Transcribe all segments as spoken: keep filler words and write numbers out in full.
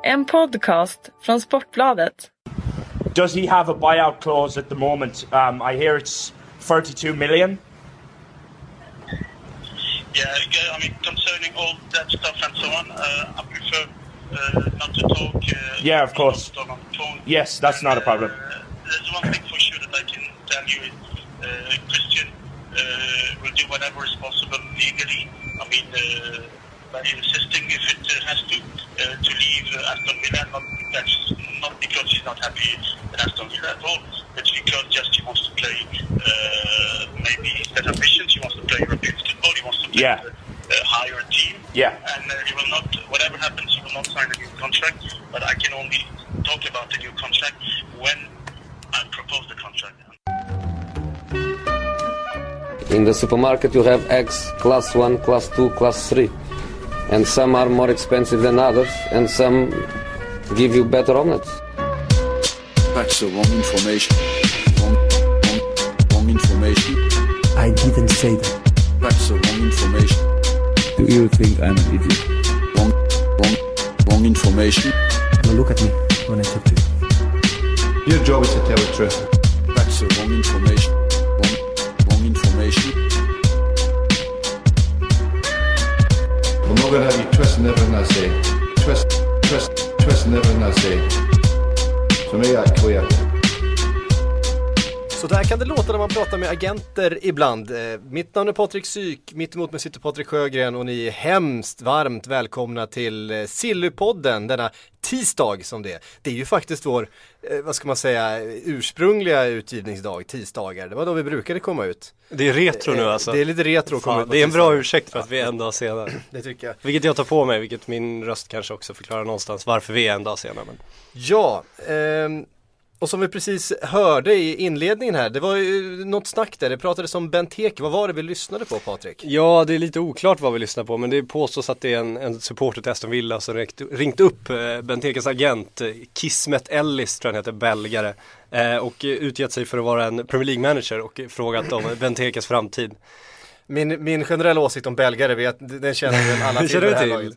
En podcast från Sportbladet. Does he have a buyout clause at the moment? Um, I hear it's thirty-two million. Yeah, I mean, concerning all that stuff and so on, uh, I prefer uh, not to talk. Uh, yeah, of course. On the phone. Yes, that's and, not a problem. Uh, there's one thing for sure that I can tell you is uh, Christian uh, will do whatever is possible legally. I mean, uh, by insisting if it uh, has to uh, to leave uh, Aston Villa. Not, that's not because he's not happy in Aston Villa at all. It's because just he wants to play. Uh, maybe he's got ambitions. He wants to play European football. He wants to play Yeah. with a, a higher team. Yeah. And uh, he will not. Whatever happens, he will not sign a new contract. But I can only talk about the new contract when I propose the contract. In the supermarket you have eggs class one, class two, class three. And some are more expensive than others, and some give you better omelets. That's the wrong information. Wrong, wrong, wrong information. I didn't say that. That's the wrong information. Do you think I'm an idiot? Wrong, wrong, wrong information. Now look at me when I talk to you. Your job is to tell the truth. That's the wrong information. Wrong, wrong information. I'm not going to have you twisting everything I say. Twist, twist, twisting everything I say. To me that's clear. Så där kan det låta när man pratar med agenter ibland. Eh, mitt namn är Patrik Syk, mitt emot mig sitter Patrik Sjögren och ni är hemskt varmt välkomna till eh, Sillypodden denna tisdag som det är. Det är ju faktiskt vår, eh, vad ska man säga, ursprungliga utgivningsdag, tisdagar. Det var då vi brukade komma ut. Det är retro nu alltså. Det är lite retro att komma Fan, ut. det är en bra ursäkt för att vi är en dag senare. Det tycker jag. Vilket jag tar på mig, vilket min röst kanske också förklarar någonstans varför vi är en dag senare. Men... Ja, ehm... och som vi precis hörde i inledningen här, det var ju något snack där, det pratades om Benteke. Vad var det vi lyssnade på, Patrik? Ja, det är lite oklart vad vi lyssnar på, men det påstås att det är en, en supporter till Aston Villa som ringt, ringt upp eh, Bentekes agent, eh, Kismet Ellis tror jag han heter, belgare, eh, och utgett sig för att vara en Premier League-manager och frågat om Bentekes framtid. Min, min generella åsikt om belgare, vet, den känner väl alla till det här laget.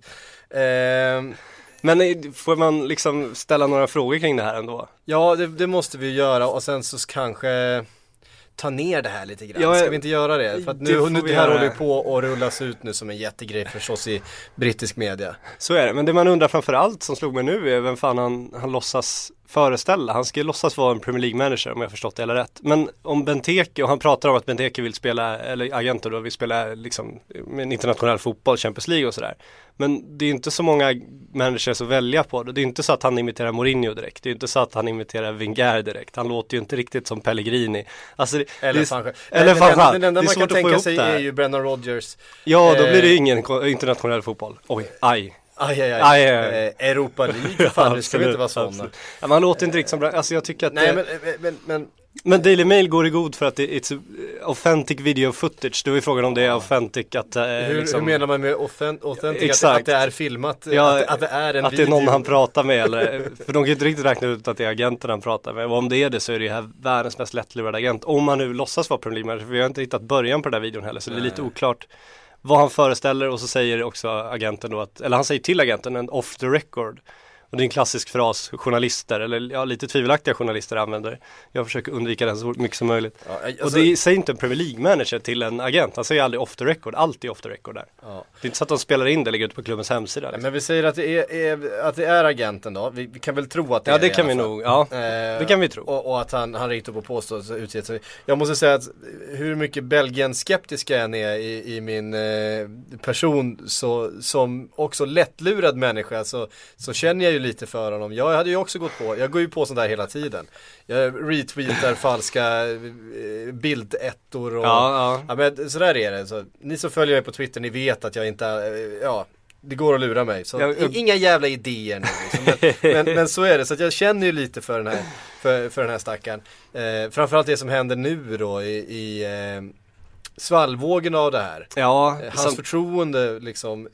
Eh, Men får man liksom ställa några frågor kring det här ändå? Ja, det, det måste vi göra och sen så kanske ta ner det här lite grann. Ja, ska vi inte göra det? För att nu, det, nu, det här håller på att rullas ut nu som en jättegrej förstås i brittisk media. Så är det, men det man undrar framförallt som slog mig nu är vem fan han, han låtsas föreställa. Han ska ju låtsas vara en Premier League-manager om jag förstått det eller rätt. Men om Benteke, och han pratar om att Benteke vill spela, eller agenter då, vill spela liksom med internationell fotboll, Champions League och sådär. Men det är inte så många managers att välja på. Det är inte så att han imiterar Mourinho direkt. Det är inte så att han imiterar Wenger direkt. Han låter ju inte riktigt som Pellegrini. Alltså det, eller det, Fange. Eller Fange. Den enda man kan tänka sig är ju Brendan Rodgers. Ja, då blir det ingen internationell fotboll. Oj, aj. Aj, aj, aj. aj, aj. Eh, Europa League, fan, det ska inte vara sådana. Ja, man låter inte riktigt som bra. Alltså jag tycker att nej, det... men, men, men... men Daily Mail går i god för att det är it's authentic video footage. Då är frågan om det är authentic att... Eh, hur, liksom... hur menar man med authentic? Exakt. Att, att det är filmat? Ja, att, att det är en att video? det är någon han pratar med eller, för de kan inte riktigt räkna ut att det är agenten han pratar med. Och om det är det så är det här världens mest lättlurade agent. Om man nu låtsas vara Premier League, för vi har inte hittat början på den här videon heller. Så nej. Det är lite oklart vad han föreställer, och så säger också agenten då att, eller han säger till agenten en off the record. Och det är en klassisk fras journalister, eller ja, lite tvivelaktiga journalister använder. Jag försöker undvika den så mycket som möjligt. Ja, alltså, och det säger inte en Premier League-manager till en agent. Han säger aldrig off the record, alltid off the record där. Ja. Det är inte så att de spelar in det, lägger ut på klubbens hemsida. Liksom. Ja, men vi säger att det är, är, att det är agenten då. Vi, vi kan väl tro att det ja, är det. Ja, det kan vi nog. Ja, eh, det kan vi tro. Och, och att han, han ringt upp och påstått utgett sig. Jag måste säga att hur mycket Belgien-skeptisk jag än är i, i min eh, person, så, som också lättlurad människa, så, så känner jag ju lite för honom. Jag hade ju också gått på, jag går ju på sånt där hela tiden. Jag retweetar falska bildettor och ja, ja. Ja, men så där är det. Så, ni som följer mig på Twitter, ni vet att jag inte, ja, det går att lura mig. Så jag, jag... inga jävla idéer nu liksom. men, men, men så är det, så att jag känner ju lite för den här, för, för den här stackaren. Eh, framförallt det som händer nu då i, i eh, svallvågen av det här. Ja, Hans som... förtroende liksom,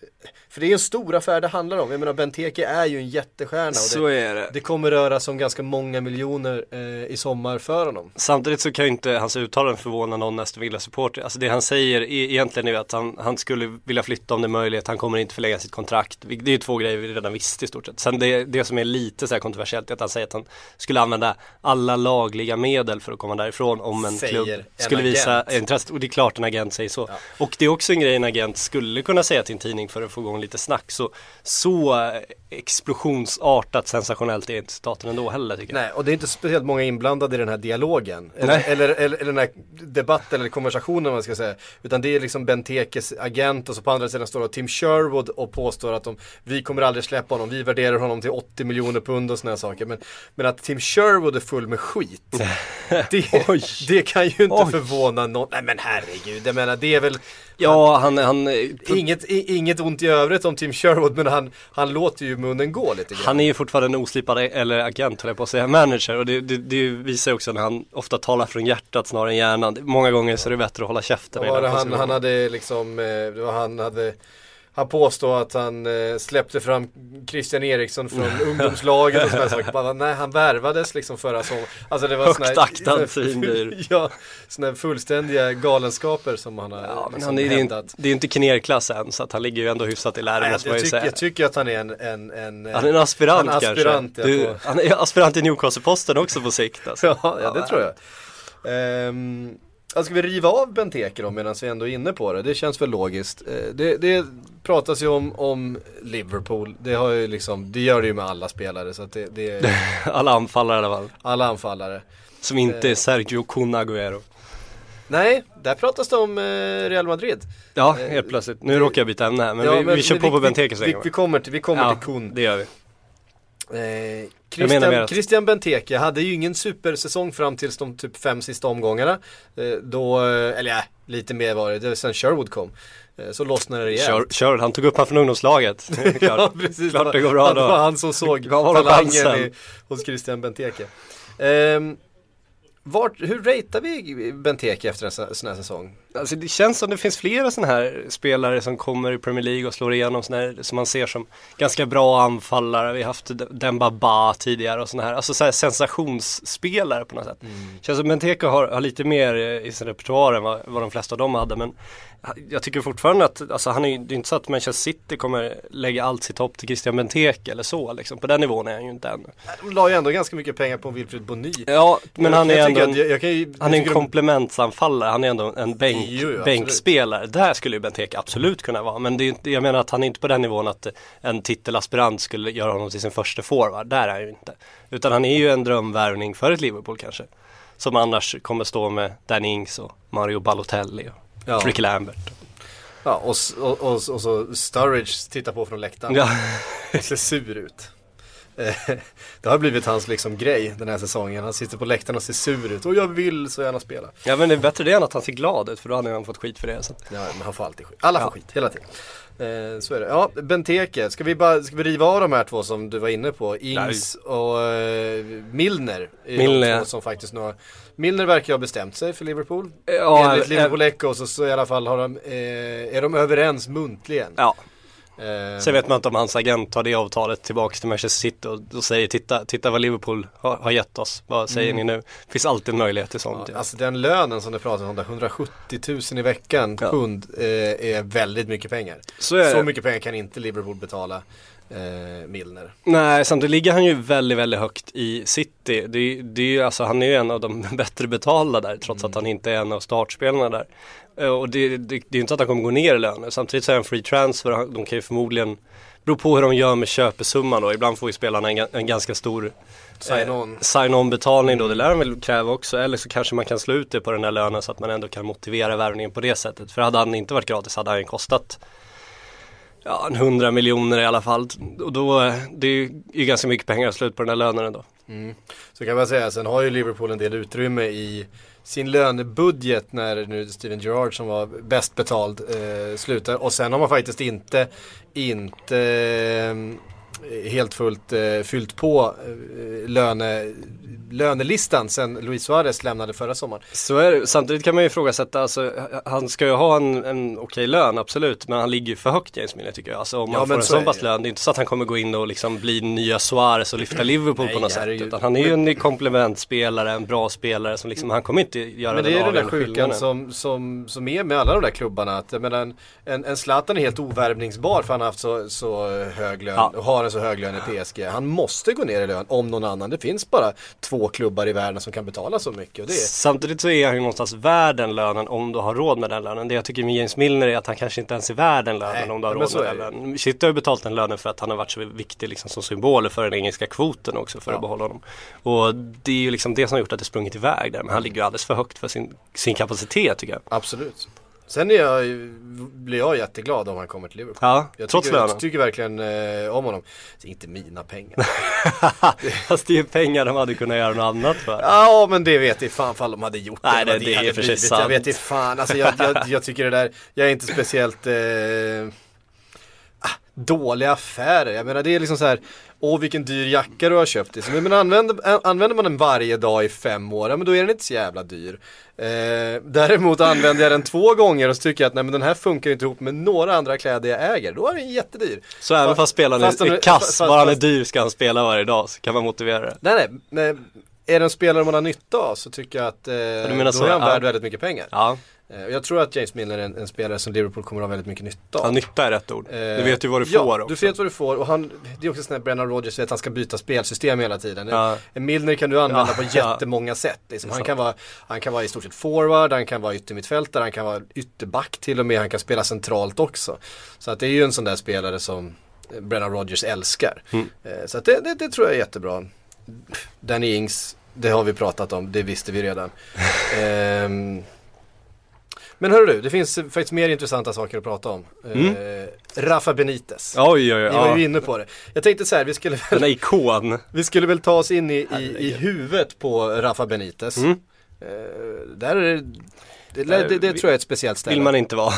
för det är ju en stor affär det handlar om. Jag menar, Benteke är ju en jättestjärna och Så det, är det. det kommer röra sig om ganska många miljoner eh, i sommar för honom. Samtidigt så kan ju inte hans uttalanden förvåna någon Aston Villa-supporter. Alltså det han säger är, egentligen är att han, han skulle vilja flytta om det är möjligt. Han kommer inte förlänga sitt kontrakt. Det är ju två grejer vi redan visste i stort sett. Sen det, det som är lite så här kontroversiellt är att han säger att han skulle använda alla lagliga medel för att komma därifrån om en Säger klubb en skulle agent. visa intresse. Och det är klart en agent säger så. Ja. Och det är också en grej en agent skulle kunna säga till en tidning för att få igång lite snack. Så, så explosionsartat sensationellt är inte staten ändå heller tycker jag. Nej, och det är inte speciellt många inblandade i den här dialogen. Eller, Nej. eller, eller, eller den här debatten eller konversationen man ska säga. Utan det är liksom Bentekes agent och så på andra sidan står då Tim Sherwood och påstår att de, vi kommer aldrig släppa honom. Vi värderar honom till åttio miljoner pund och såna här saker. Men, men att Tim Sherwood är full med skit. det, det kan ju inte Oj. förvåna någon. Nej men herregud, jag menar det är väl... Ja, han... han Inget, inget ont i övrigt om Tim Sherwood, men han, han låter ju munnen gå lite grann. Han är ju fortfarande en oslipad eller agent, höll jag på att säga, manager. Och det, det, det visar också när han ofta talar från hjärtat snarare än hjärnan. Många gånger så är det bättre att hålla käften. Var det han, han hade liksom, eh, det var han hade... Han påstår att han eh, släppte fram Christian Eriksson från ungdomslaget och sådana saker. Bara, nej, han värvades liksom förra sommaren. Alltså det var Högt såna, aktad svindyr. Ja, sådana fullständiga galenskaper som han har ja, men liksom han är, det, är hävdat. inte, det är inte kinerklass än, så att han ligger ju ändå hyfsat i lära, Nej, måste jag, man ju tycker, säga. jag tycker att han är en... en, en Han är en aspirant, en aspirant kanske. ja, Du, han är aspirant i Newcastle-posten också på sikt. Alltså. ja, ja, det tror jag. Um, alltså ska vi riva av Benteke då medan vi ändå är inne på det? Det känns väl logiskt. Uh, det, det pratas ju om, om Liverpool. Det, har ju liksom, det gör det ju med alla spelare. Så att det, det alla anfallare i alla fall. Alla anfallare. Som inte är Sergio Kun Agüero. Nej, där pratas det om eh, Real Madrid. Ja, helt plötsligt. Nu råkar jag byta ämne här, men, ja, vi, men vi kör vi, på på vi, Benteke så vi, länge. vi kommer till, vi kommer ja, till Kun. det gör vi. Eh, Jag menar mer Christian, att- Christian Benteke hade ju ingen supersäsong fram till de typ fem sista omgångarna. Eh, då, eh, eller ja, lite mer var det. Det var sen Sherwood kom. Eh, så lossnade det rejält. Kör, kör, han tog upp han från ungdomslaget. Klart, ja, precis. klart det går bra Det var då. han som såg Gav honom talangen chansen. i, hos Christian Benteke. Ehm, vart, hur ratear vi Benteke efter en så- sån här säsong? Alltså det känns som det finns flera sådana här spelare som kommer i Premier League och slår igenom såna här, som man ser som ganska bra anfallare. Vi har haft Demba Ba tidigare och såna här, alltså så här sensationsspelare på något sätt. Mm. Känns som Benteke har, har lite mer i sin repertoar än vad, vad de flesta av dem hade, men jag tycker fortfarande att alltså han är, det är inte så att Manchester City kommer lägga allt sitt hopp till Christian Benteke eller så liksom. På den nivån är han ju inte än. De la ju ändå ganska mycket pengar på Wilfried Bony. Ja, men jag, han är jag ändå att, jag, jag kan ju, han är en de... komplementsanfallare, han är ändå en bänk, Jo, jo, bänkspelare. Där skulle ju Benteke absolut kunna vara, men det är inte, jag menar att han är inte på den nivån att en titelaspirant skulle göra honom till sin första forward. Där är han ju inte. Utan han är ju en drömvärvning för ett Liverpool kanske. Som annars kommer stå med Danny Ings och Mario Balotelli och Ja. Ricky Lambert. Ja, och, och, och, och så Sturridge tittar på från läktaren. Ja. Ser sur ut. Det har blivit hans liksom grej den här säsongen. Han sitter på läktaren och ser sur ut. Och jag vill så gärna spela. Ja, men det är bättre det än att han ser glad ut, för då hade han fått skit för det. Så. Ja, men han får alltid skit. Alla får Ja. skit, hela tiden. Eh, så är det. Ja, Benteke. Ska vi, bara, ska vi riva av de här två som du var inne på? Ings och eh, Milner. Är Milner, de ja. två som faktiskt nu har... Milner verkar ha bestämt sig för Liverpool. Ja, Enligt eh, Liverpool Echo så, så i alla fall har de, eh, är de överens muntligen. Ja. Eh, Sen vet man inte om hans agent tar det avtalet tillbaka till Manchester City och, och säger titta, titta vad Liverpool har, har gett oss. Vad säger Mm. ni nu? Det finns alltid en möjlighet till sånt. Ja, Ja. alltså den lönen som du pratar om, där hundrasjuttio tusen i veckan Ja. pund eh, är väldigt mycket pengar. Så är Så det. mycket pengar kan inte Liverpool betala eh, Milner. Nej, samtidigt ligger han ju väldigt, väldigt högt i City. Det, är- det är ju, alltså, han är ju en av de bättre betalda där, trots Mm. att han inte är en av startspelarna där. Eh, Och det, det, det är ju inte att han kommer gå ner i löner. Samtidigt så är han free transfer. Han- De kan ju förmodligen, bero på hur de gör med köpesumman då. Ibland får ju spelarna en, ga- en ganska stor Sign-on. eh, sign-on-betalning då. Det lär de väl kräva också. Eller så kanske man kan slå ut det på den här lönen så att man ändå kan motivera värvningen på det sättet. För hade han inte varit gratis hade han ju kostat ja, en hundra miljoner i alla fall. Och då, eh, det är ju är ganska mycket pengar att slå ut på den här lönen ändå. Mm. Så kan man säga, sen har ju Liverpool en del utrymme i sin lönebudget när nu Steven Gerrard som var bäst betald eh, slutar. Och sen har man faktiskt inte, inte helt fullt eh, fyllt på eh, löne, lönelistan sen Luis Suarez lämnade förra sommaren. Så är det. Samtidigt kan man ju ifrågasätta, alltså, han ska ju ha en, en okej lön, absolut, men han ligger ju för högt, James Milner, tycker jag. Alltså, om Ja, man men får en så sån är pass det. lön, det är inte så att han kommer gå in och liksom bli nya Suarez och lyfta Liverpool Nej, på något det är sätt, ju- utan han är ju en komplementspelare, en bra spelare som liksom, han kommer inte göra Men det är den där avgörande sjukan skillnaden. som, som, som är med alla de där klubbarna. Att, jag menar, en, en, en Zlatan är helt ovärvningsbar för han har haft så, så hög lön Ja. och har en så hög lön i P S G. Han måste gå ner i lön om någon annan. Det finns bara två klubbar i världen som kan betala så mycket. Och det är, Samtidigt så är han ju någonstans värd den lönen om du har råd med den lönen. Det jag tycker med James Milner är att han kanske inte ens är värd den lönen. Nej, om du har men råd så med är den det. lönen. City har ju betalt den lönen för att han har varit så viktig liksom, som symbol för den engelska kvoten också, för Ja. att behålla honom. Och det är ju liksom det som har gjort att det sprungit iväg där. Men han ligger ju alldeles för högt för sin, sin kapacitet, tycker jag. absolut. Sen är jag, blir jag jätteglad om han kommer till Liverpool. Ja, Jag trots tycker, lönen. jag tycker verkligen eh, om honom. Det är inte mina pengar. Fast det är ju pengar de hade kunnat göra något annat för. Ja, men det vet jag fan fall de hade gjort. Nej, det, det- vad det är hade i och för sig blivit. sant. Jag vet inte fan, alltså jag, jag, jag tycker det där, jag är inte speciellt eh, ah, dåliga affärer. Jag menar det är liksom så här, åh vilken dyr jacka du har köpt. Liksom. Men använder, använder man den varje dag i fem år, ja, men då är den inte så jävla dyr. Eh, däremot använder jag den två gånger och så tycker jag att nej, men den här funkar inte ihop med några andra kläder jag äger. Då är den jättedyr. Så även fast spelaren fast är, den- är kass, fast- bara han är fast- dyr ska han spela varje dag, så kan man motivera det. Nej, nej, nej. Är det en spelare man har nytta av så tycker jag att eh, menar då så, är han ja. värd väldigt mycket pengar. Ja, Eh, och jag tror att James Milner är en, en spelare som Liverpool kommer att ha väldigt mycket nytta av. ja nytta är rätt ord. Eh, Du vet ju vad du ja, får också. du vet vad du får och han, det är också sån här Brennan Rodgers vet att han ska byta spelsystem hela tiden. Ja. En Milner kan du använda Ja, på ja. jättemånga sätt. Liksom. Det är Han, sant. kan vara, han kan vara i stort sett forward, han kan vara yttermittfältare, han kan vara ytterback till och med, han kan spela centralt också. Så att det är ju en sån där spelare som Brennan Rodgers älskar. Mm. Eh, så att det, det, det tror jag är jättebra. Danny Ings, det har vi pratat om, det visste vi redan. Ehm, Men hörru du, det finns faktiskt mer intressanta saker att prata om. Mm. Eh, Rafa Benitez. Oj, oj, oj. Vi var Ja. ju inne på det. Jag tänkte så här, vi skulle Den väl, är ikon. vi skulle väl ta oss in i, i, i Herregud. huvudet på Rafa Benitez. Mm. Eh, där är det, det, det, det, det tror jag är ett speciellt ställe. Vill man inte vara.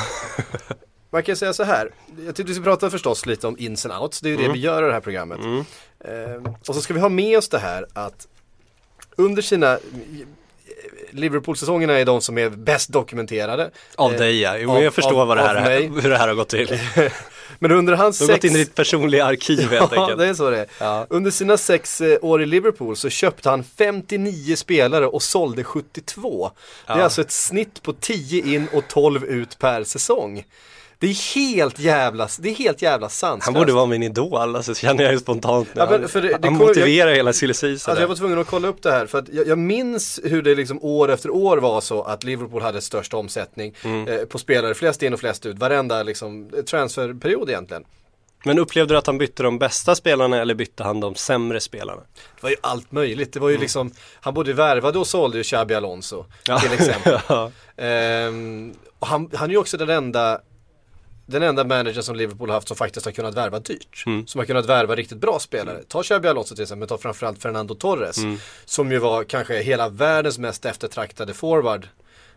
Man kan säga så här, jag tyckte vi ska prata förstås lite om ins and outs, det är ju det Mm. vi gör i det här programmet. Mm. Eh, och så ska vi ha med oss det här att under sina Liverpool-säsongerna är de som är bäst dokumenterade. Av Eh, dig ja. Jo, av- jag förstår av- vad det här av är, mig. hur det här har gått till. Men under hans Du har gått sex... in i ditt personliga arkiv helt Ja, enkelt. det är så det är. Ja. Under sina sex eh, år i Liverpool så köpte han femtionio spelare och sålde sjuttiotvå. Det är Ja. alltså ett snitt på tio in och tolv ut per säsong. Det är helt jävla, det är helt jävla sanslöst. Han borde vara min idol, alltså, känner jag ju spontant nu. Ja, men för det- det han kommer- motiverar hela silly season. Alltså jag var tvungen att kolla upp det här för att jag, jag minns hur det liksom år efter år var så att Liverpool hade störst omsättning Mm. eh, på spelare, flest in och flest ut, varenda liksom transferperiod egentligen. Men upplevde du att han bytte de bästa spelarna eller bytte han de sämre spelarna? Det var ju allt möjligt, det var ju liksom, han både värvade och sålde ju Xabi Alonso Ja. till exempel. Ja. Ehm, och han, han är ju också den enda den enda manager som Liverpool har haft som faktiskt har kunnat värva dyrt. Mm. Som har kunnat värva riktigt bra spelare. Ta Xabi Alonso till exempel, men ta framförallt Fernando Torres. Mm. Som ju var kanske hela världens mest eftertraktade forward.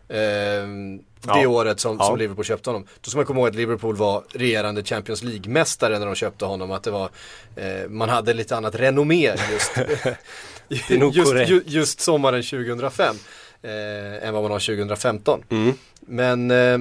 ehm, det Ja. året som, Ja. som Liverpool köpte honom. Då ska man komma ihåg att Liverpool var regerande Champions League-mästare när de köpte honom. Att det var, eh, man hade lite annat renommé just, Det är nog just, korrekt. ju, just sommaren tjugohundrafem. Eh, än vad man har tjugohundrafemton. Mm. Men eh,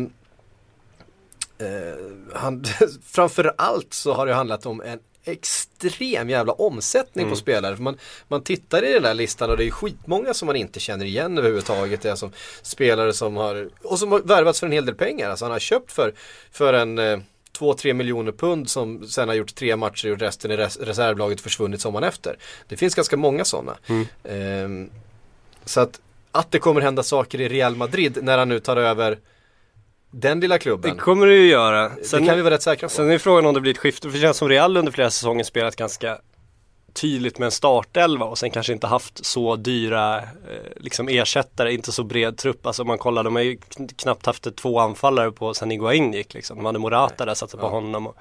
eh, han, framför allt så har det handlat om en extrem jävla omsättning Mm. på spelare. För man, man tittar i den där listan och det är skitmånga som man inte känner igen överhuvudtaget. Det är som spelare som har, och som har värvats för en hel del pengar. Alltså han har köpt för, för en eh, två tre miljoner pund som sen har gjort tre matcher och resten i res- reservlaget försvunnit sommaren efter. Det finns ganska många sådana. Mm. Ehm, så att, att det kommer hända saker i Real Madrid när han nu tar över den lilla Det klubben. kommer det ju göra. Det Sen, kan vi vara rätt säkra på. sen är frågan om det blir ett skifte. För det känns som Real under flera säsonger spelat ganska tydligt med en startelva och sen kanske inte haft så dyra eh, liksom ersättare, inte så bred trupp. Alltså om man kollar, de har ju kn- knappt haft två anfallare på sen Higuain gick liksom. De hade Morata där, satte på Ja. honom. Och,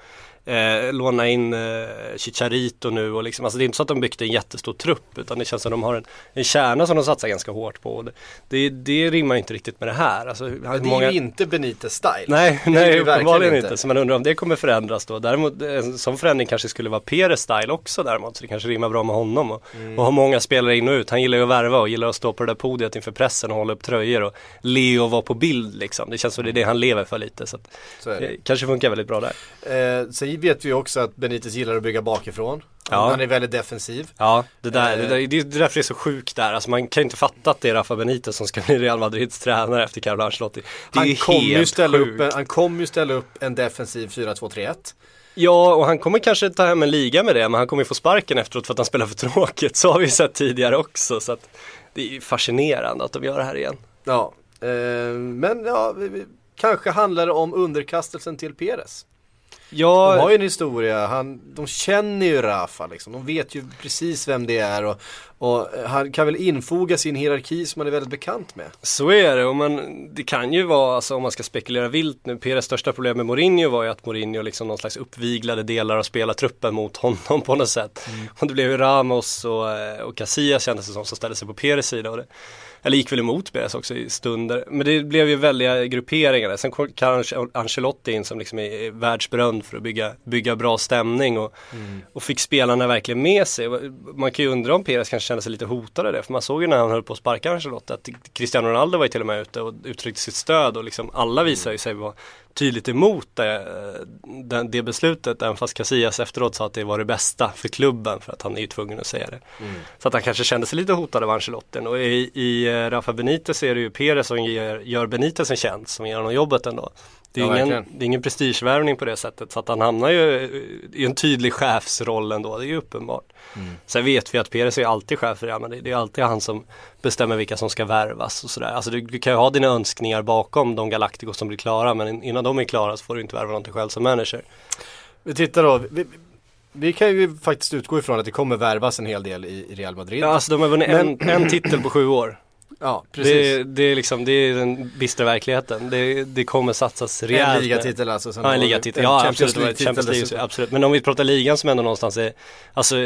Eh, låna in eh, Chicharito nu och liksom, alltså det är inte så att de byggt en jättestor trupp, utan det känns som att de har en, en kärna som de satsar ganska hårt på. Det, det, det rimmar inte riktigt med det här. Alltså, det är många... ju inte Benitez-style. Nej, det nej är uppenbarligen inte. inte. Så man undrar om det kommer förändras då. Däremot, en sån förändring kanske skulle vara Perez-style också däremot, så det kanske rimmar bra med honom och, mm. och ha många spelare in och ut. Han gillar ju att värva och gillar att stå på det där podiet inför pressen och hålla upp tröjor och le och vara på bild liksom. Det känns som det är det han lever för lite, så, att så är det. det kanske funkar väldigt bra där. Eh, sen vet vi också att Benitez gillar att bygga bakifrån. Ja. Han är väldigt defensiv. Ja, det, där, eh. det, där, det är därför det är så sjukt där. Alltså man kan inte fatta att det är Rafa Benitez som ska bli Real Madrids tränare efter Carlo Ancelotti. Det är han kommer ju ställa sjukt. upp en, han kommer ju ställa upp en defensiv fyra två tre ett. Ja, och han kommer kanske ta hem en liga med det, men han kommer ju få sparken efteråt för att han spelar för tråkigt. Så har vi sett tidigare också, så att det är ju fascinerande att de gör det här igen. Ja, eh, men ja, vi, vi, kanske handlar det om underkastelsen till Perez. Ja, de har ju en historia, han, de känner ju Rafa liksom, de vet ju precis vem det är och, och han kan väl infoga sin hierarki som han är väldigt bekant med. Så är det, och man, det kan ju vara, alltså, om man ska spekulera vilt nu, Perez största problem med Mourinho var ju att Mourinho liksom någon slags uppviglade delar av spelartruppen mot honom på något sätt. Mm. Och det blev ju Ramos och, och Casillas kändes det som, som ställde sig på Perez sida och det, eller gick väl emot Perez också i stunder. Men det blev ju väldiga grupperingar. Sen kom Ancelotti in som liksom är världsberömd för att bygga, bygga bra stämning och, mm. och fick spelarna verkligen med sig. Man kan ju undra om Perez kanske kände sig lite hotad av det. För man såg ju när han höll på att sparka Ancelotti att Cristiano Ronaldo var ju till och med ute och uttryckte sitt stöd och liksom alla visar ju sig vara tydligt emot det, det, det beslutet, även fast Casillas efteråt sa att det var det bästa för klubben, för att han är ju tvungen att säga det. Mm. Så att han kanske kände sig lite hotad av Ancelotti. Och i, i Rafa Benitez är det ju Perez som gör, gör Benitez en tjänst, som gör honom jobbet ändå. Det är, ja, ingen, det är ingen prestigevärvning på det sättet, så att han hamnar ju i en tydlig chefsroll ändå, det är ju uppenbart. Mm. Sen vet vi att Perez är alltid chef för det, men det, det är alltid han som bestämmer vilka som ska värvas och sådär. Alltså du, du kan ju ha dina önskningar bakom de Galacticos som blir klara, men innan de är klara så får du inte värva någonting själv som manager. Vi tittar då, vi, vi kan ju faktiskt utgå ifrån att det kommer värvas en hel del i, i Real Madrid. Ja, alltså de har vunnit men... en, en titel på sju år. Ja, precis. Det, det, är liksom, det är den bistra verkligheten. Det, det kommer satsas rejält. En ligatitel alltså. Ja, en ligatitel. Ja, absolut. League Champions League, absolut. Men om vi pratar ligan som ändå någonstans är, alltså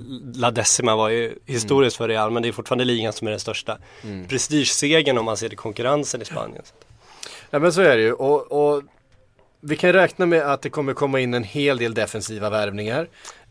La Decima var ju historiskt mm. för Real, men det är fortfarande ligan som är den största mm. prestigesegen om man ser det konkurrensen i Spanien. Ja, men så är det ju. Och, och vi kan räkna med att det kommer komma in en hel del defensiva värvningar.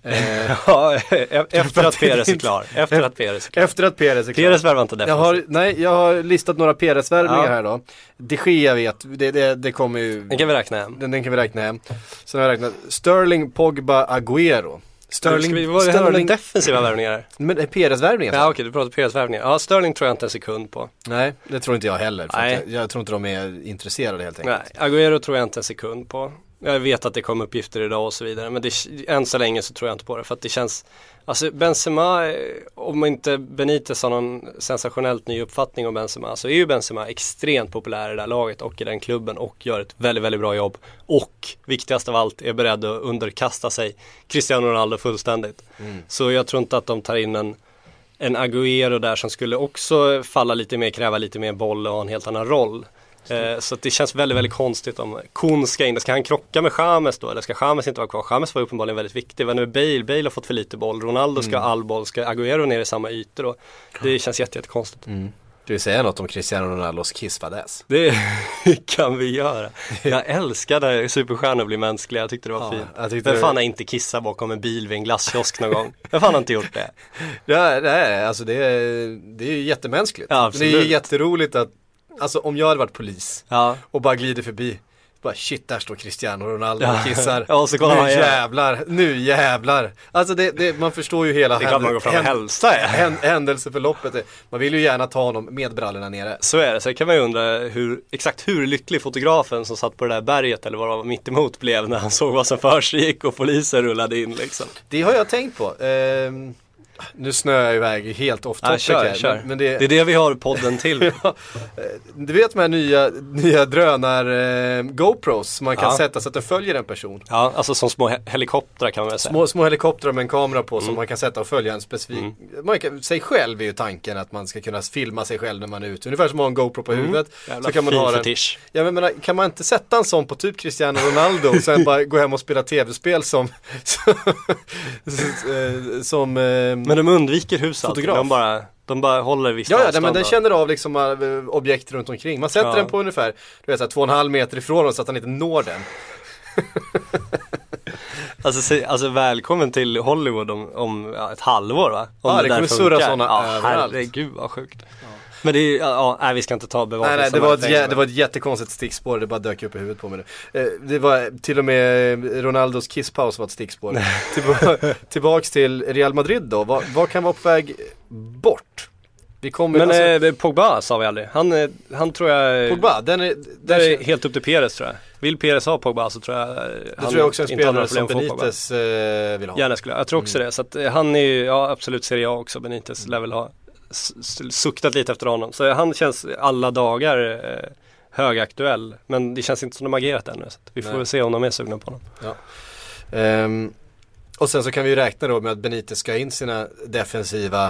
Ja, efter att Perez är klar. Efter att Perez är klar. Efter att Perez är klar. Perez värvar inte defensivt. Jag har, nej, jag har listat några Perez-värvningar ja. här då. De Gea vet, det, det, det kommer ju... Den kan vi räkna hem. Den, den kan vi räkna hem. Sen har jag räknat Sterling, Pogba, Agüero. Sterling, vi, vad Sterling... händer med defensiva värvningar? Men Perez-värvningar? Ja, okej, okay, du pratar Perez-värvningar. Ja, Sterling tror jag inte en sekund på. Nej, det tror inte jag heller. För jag, jag tror inte de är intresserade helt enkelt. Nej, Agüero tror jag inte en sekund på. Jag vet att det kom uppgifter idag och så vidare, men det, än så länge så tror jag inte på det, för att det känns, alltså Benzema, om inte Benitez har någon sensationellt ny uppfattning om Benzema, så är ju Benzema extremt populär i det här laget och i den klubben och gör ett väldigt, väldigt bra jobb och viktigast av allt är beredd att underkasta sig Cristiano Ronaldo fullständigt. Mm. Så jag tror inte att de tar in en en Agüero där som skulle också falla lite mer, kräva lite mer boll och ha en helt annan roll. Eh, så att det känns väldigt, väldigt konstigt om Kun ska in. Ska han krocka med James då? Eller ska James inte vara kvar? James var uppenbarligen väldigt viktig. Men nu Bale, Bale har fått för lite boll. Ronaldo ska mm. ha all boll. Ska Agüero ner i samma ytor då? Det känns jätte, jätte konstigt. Mm. Du vill säga något om Cristiano Ronaldos kissfadäs? Det kan vi göra. Jag älskar när superstjärnor blir mänskliga. Jag tyckte det var ja, fint. Vem fan har inte kissat bakom en bil vid en glasskiosk någon gång? Vem fan har inte gjort det? Ja, det är, alltså det är, det är ju jättemänskligt. Ja, det är ju jätteroligt att, alltså om jag hade varit polis ja. och bara glider förbi, bara shit, där står Cristiano Ronaldo och kissar. Ja, och så kollar nu man, jävlar, nu jävlar. Alltså det, det, man förstår ju hela det kan man gå fram och hälsa, ja. händ, händelseförloppet. Man vill ju gärna ta honom med brallorna nere. Så är det, så kan man ju undra hur, exakt hur lycklig fotografen som satt på det där berget eller vad det var mitt emot blev när han såg vad som försiggick och polisen rullade in liksom. Det har jag tänkt på. Ehm... Nu snöar jag iväg helt off topic ja, kör, här. Kör. Men, men det... det är det vi har podden till. Ja, du vet de här nya, nya drönar eh, GoPros man kan ja. sätta så att den följer en person. Ja, alltså som små he- helikoptrar kan man väl säga. Små, små helikoptrar med en kamera på mm. som man kan sätta och följa en specifik. Mm. Man kan, sig själv är ju tanken att man ska kunna filma sig själv när man är ute. Ungefär som att ha en GoPro på mm. huvudet. Jävla så kan man ha den. Ja, men menar, kan man inte sätta en sån på typ Cristiano Ronaldo och sen bara gå hem och spela tv-spel som som men de undviker huset. De bara de bara håller visst ja, ja, men den känner av liksom uh, objekt runt omkring. Man sätter ja. den på ungefär du vet så här, två och en halv meter ifrån oss så att han inte når den. Alltså, alltså välkommen till Hollywood om, om ja, ett halvår va? Om ja, det, det kommer surra sådana ja, överallt. Herregud vad sjukt. Ja. Men det är, ja, nej vi ska inte ta bevakning. Nej, nej, det var, ett, jä- det var ett jättekonstigt stickspår, det bara dök upp i huvudet på mig nu. Eh, det var till och med Ronaldos kisspaus var ett stickspår. Tillba- tillbaks till Real Madrid då, vad, vad kan vara på väg bort? Vi kommer, men alltså... eh, Pogba sa vi aldrig, han, han tror jag Pogba, den är, det är helt upp till Perez tror jag. Vill Perez ha Pogba så tror jag det han tror jag också en spelare som Benitez eh, vill ha. Gärna skulle jag, jag tror också mm. det, så att eh, han är ju, ja absolut Serie A också, Benitez mm. lär väl ha suktat lite efter honom. Så han känns alla dagar eh, högaktuell. Men det känns inte som de har agerat ännu. Så vi får väl se om de är sugna på honom. Ja. Um, och sen så kan vi ju räkna då med att Benitez ska in sina defensiva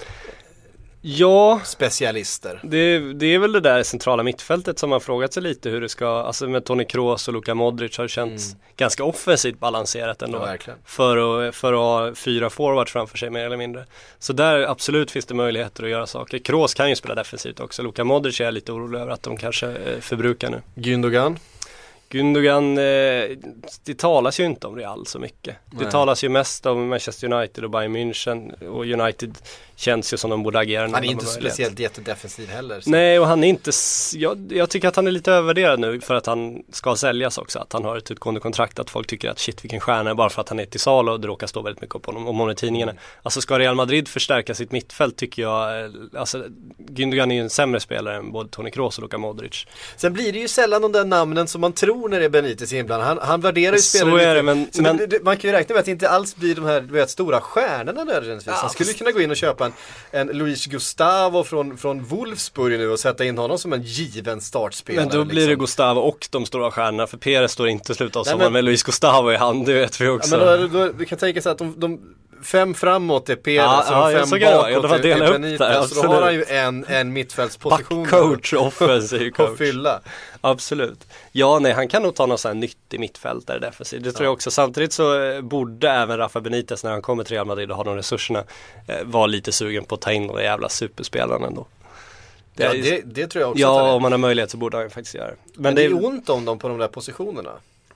ja, specialister. Det, det är väl det där centrala mittfältet som har frågat sig lite hur det ska, alltså med Toni Kroos och Luka Modric har det känts mm. ganska offensivt balanserat ändå. Ja, för, att, för att ha fyra forwards framför sig mer eller mindre. Så där absolut finns det möjligheter att göra saker. Kroos kan ju spela defensivt också. Luka Modric är lite orolig över att de kanske förbrukar nu. Gündogan? Gündogan, eh, det talas ju inte om Real så mycket. Nej. Det talas ju mest om Manchester United och Bayern München. Och United känns ju som de borde agera. Han är inte speciellt jättedefensiv heller. Så. Nej, och han är inte, jag, jag tycker att han är lite övervärderad nu för att han ska säljas också. Att han har ett utgående kontrakt, att folk tycker att shit vilken stjärna bara för att han är till sal och det råkar stå väldigt mycket om honom, om honom i tidningarna. Mm. Alltså ska Real Madrid förstärka sitt mittfält tycker jag, alltså Gündogan är ju en sämre spelare än både Toni Kroos och Luka Modric. Sen blir det ju sällan de där namnen som man tror när det är Benitez inbland. Han, han värderar ju spelare. Så är det, men, men det, det, man kan ju räkna med att det inte alls blir de här du vet, stora stjärnorna nödvändigtvis. Ja, han skulle kunna gå in och köpa en, en Luis Gustavo från, från Wolfsburg nu och sätta in honom som en given startspelare. Men då blir liksom. det Gustavo och de stora stjärnorna, för Perez står inte slut av sommaren med Luis Gustavo i hand, det vet vi också. Ja, men då, då, vi kan tänka sig att de, de fem framåt är Perez ja, och ja, fem bakåt jag, jag är Benitez. Så då har han ju en, en mittfältsposition. Backcoach, offensiv coach. Att fylla. Absolut. Ja, nej, han kan nog ta någon sån här nyttig mittfältare defensivt. Det tror ja. jag också. Samtidigt så borde även Rafa Benitez när han kommer till Real Madrid och har de resurserna eh, vara lite sugen på att ta in de jävla superspelarna ändå. Det, ja, det, det tror jag också. Ja, om man har möjlighet så borde han faktiskt göra. Men, men det är ju ont om dem på de där positionerna.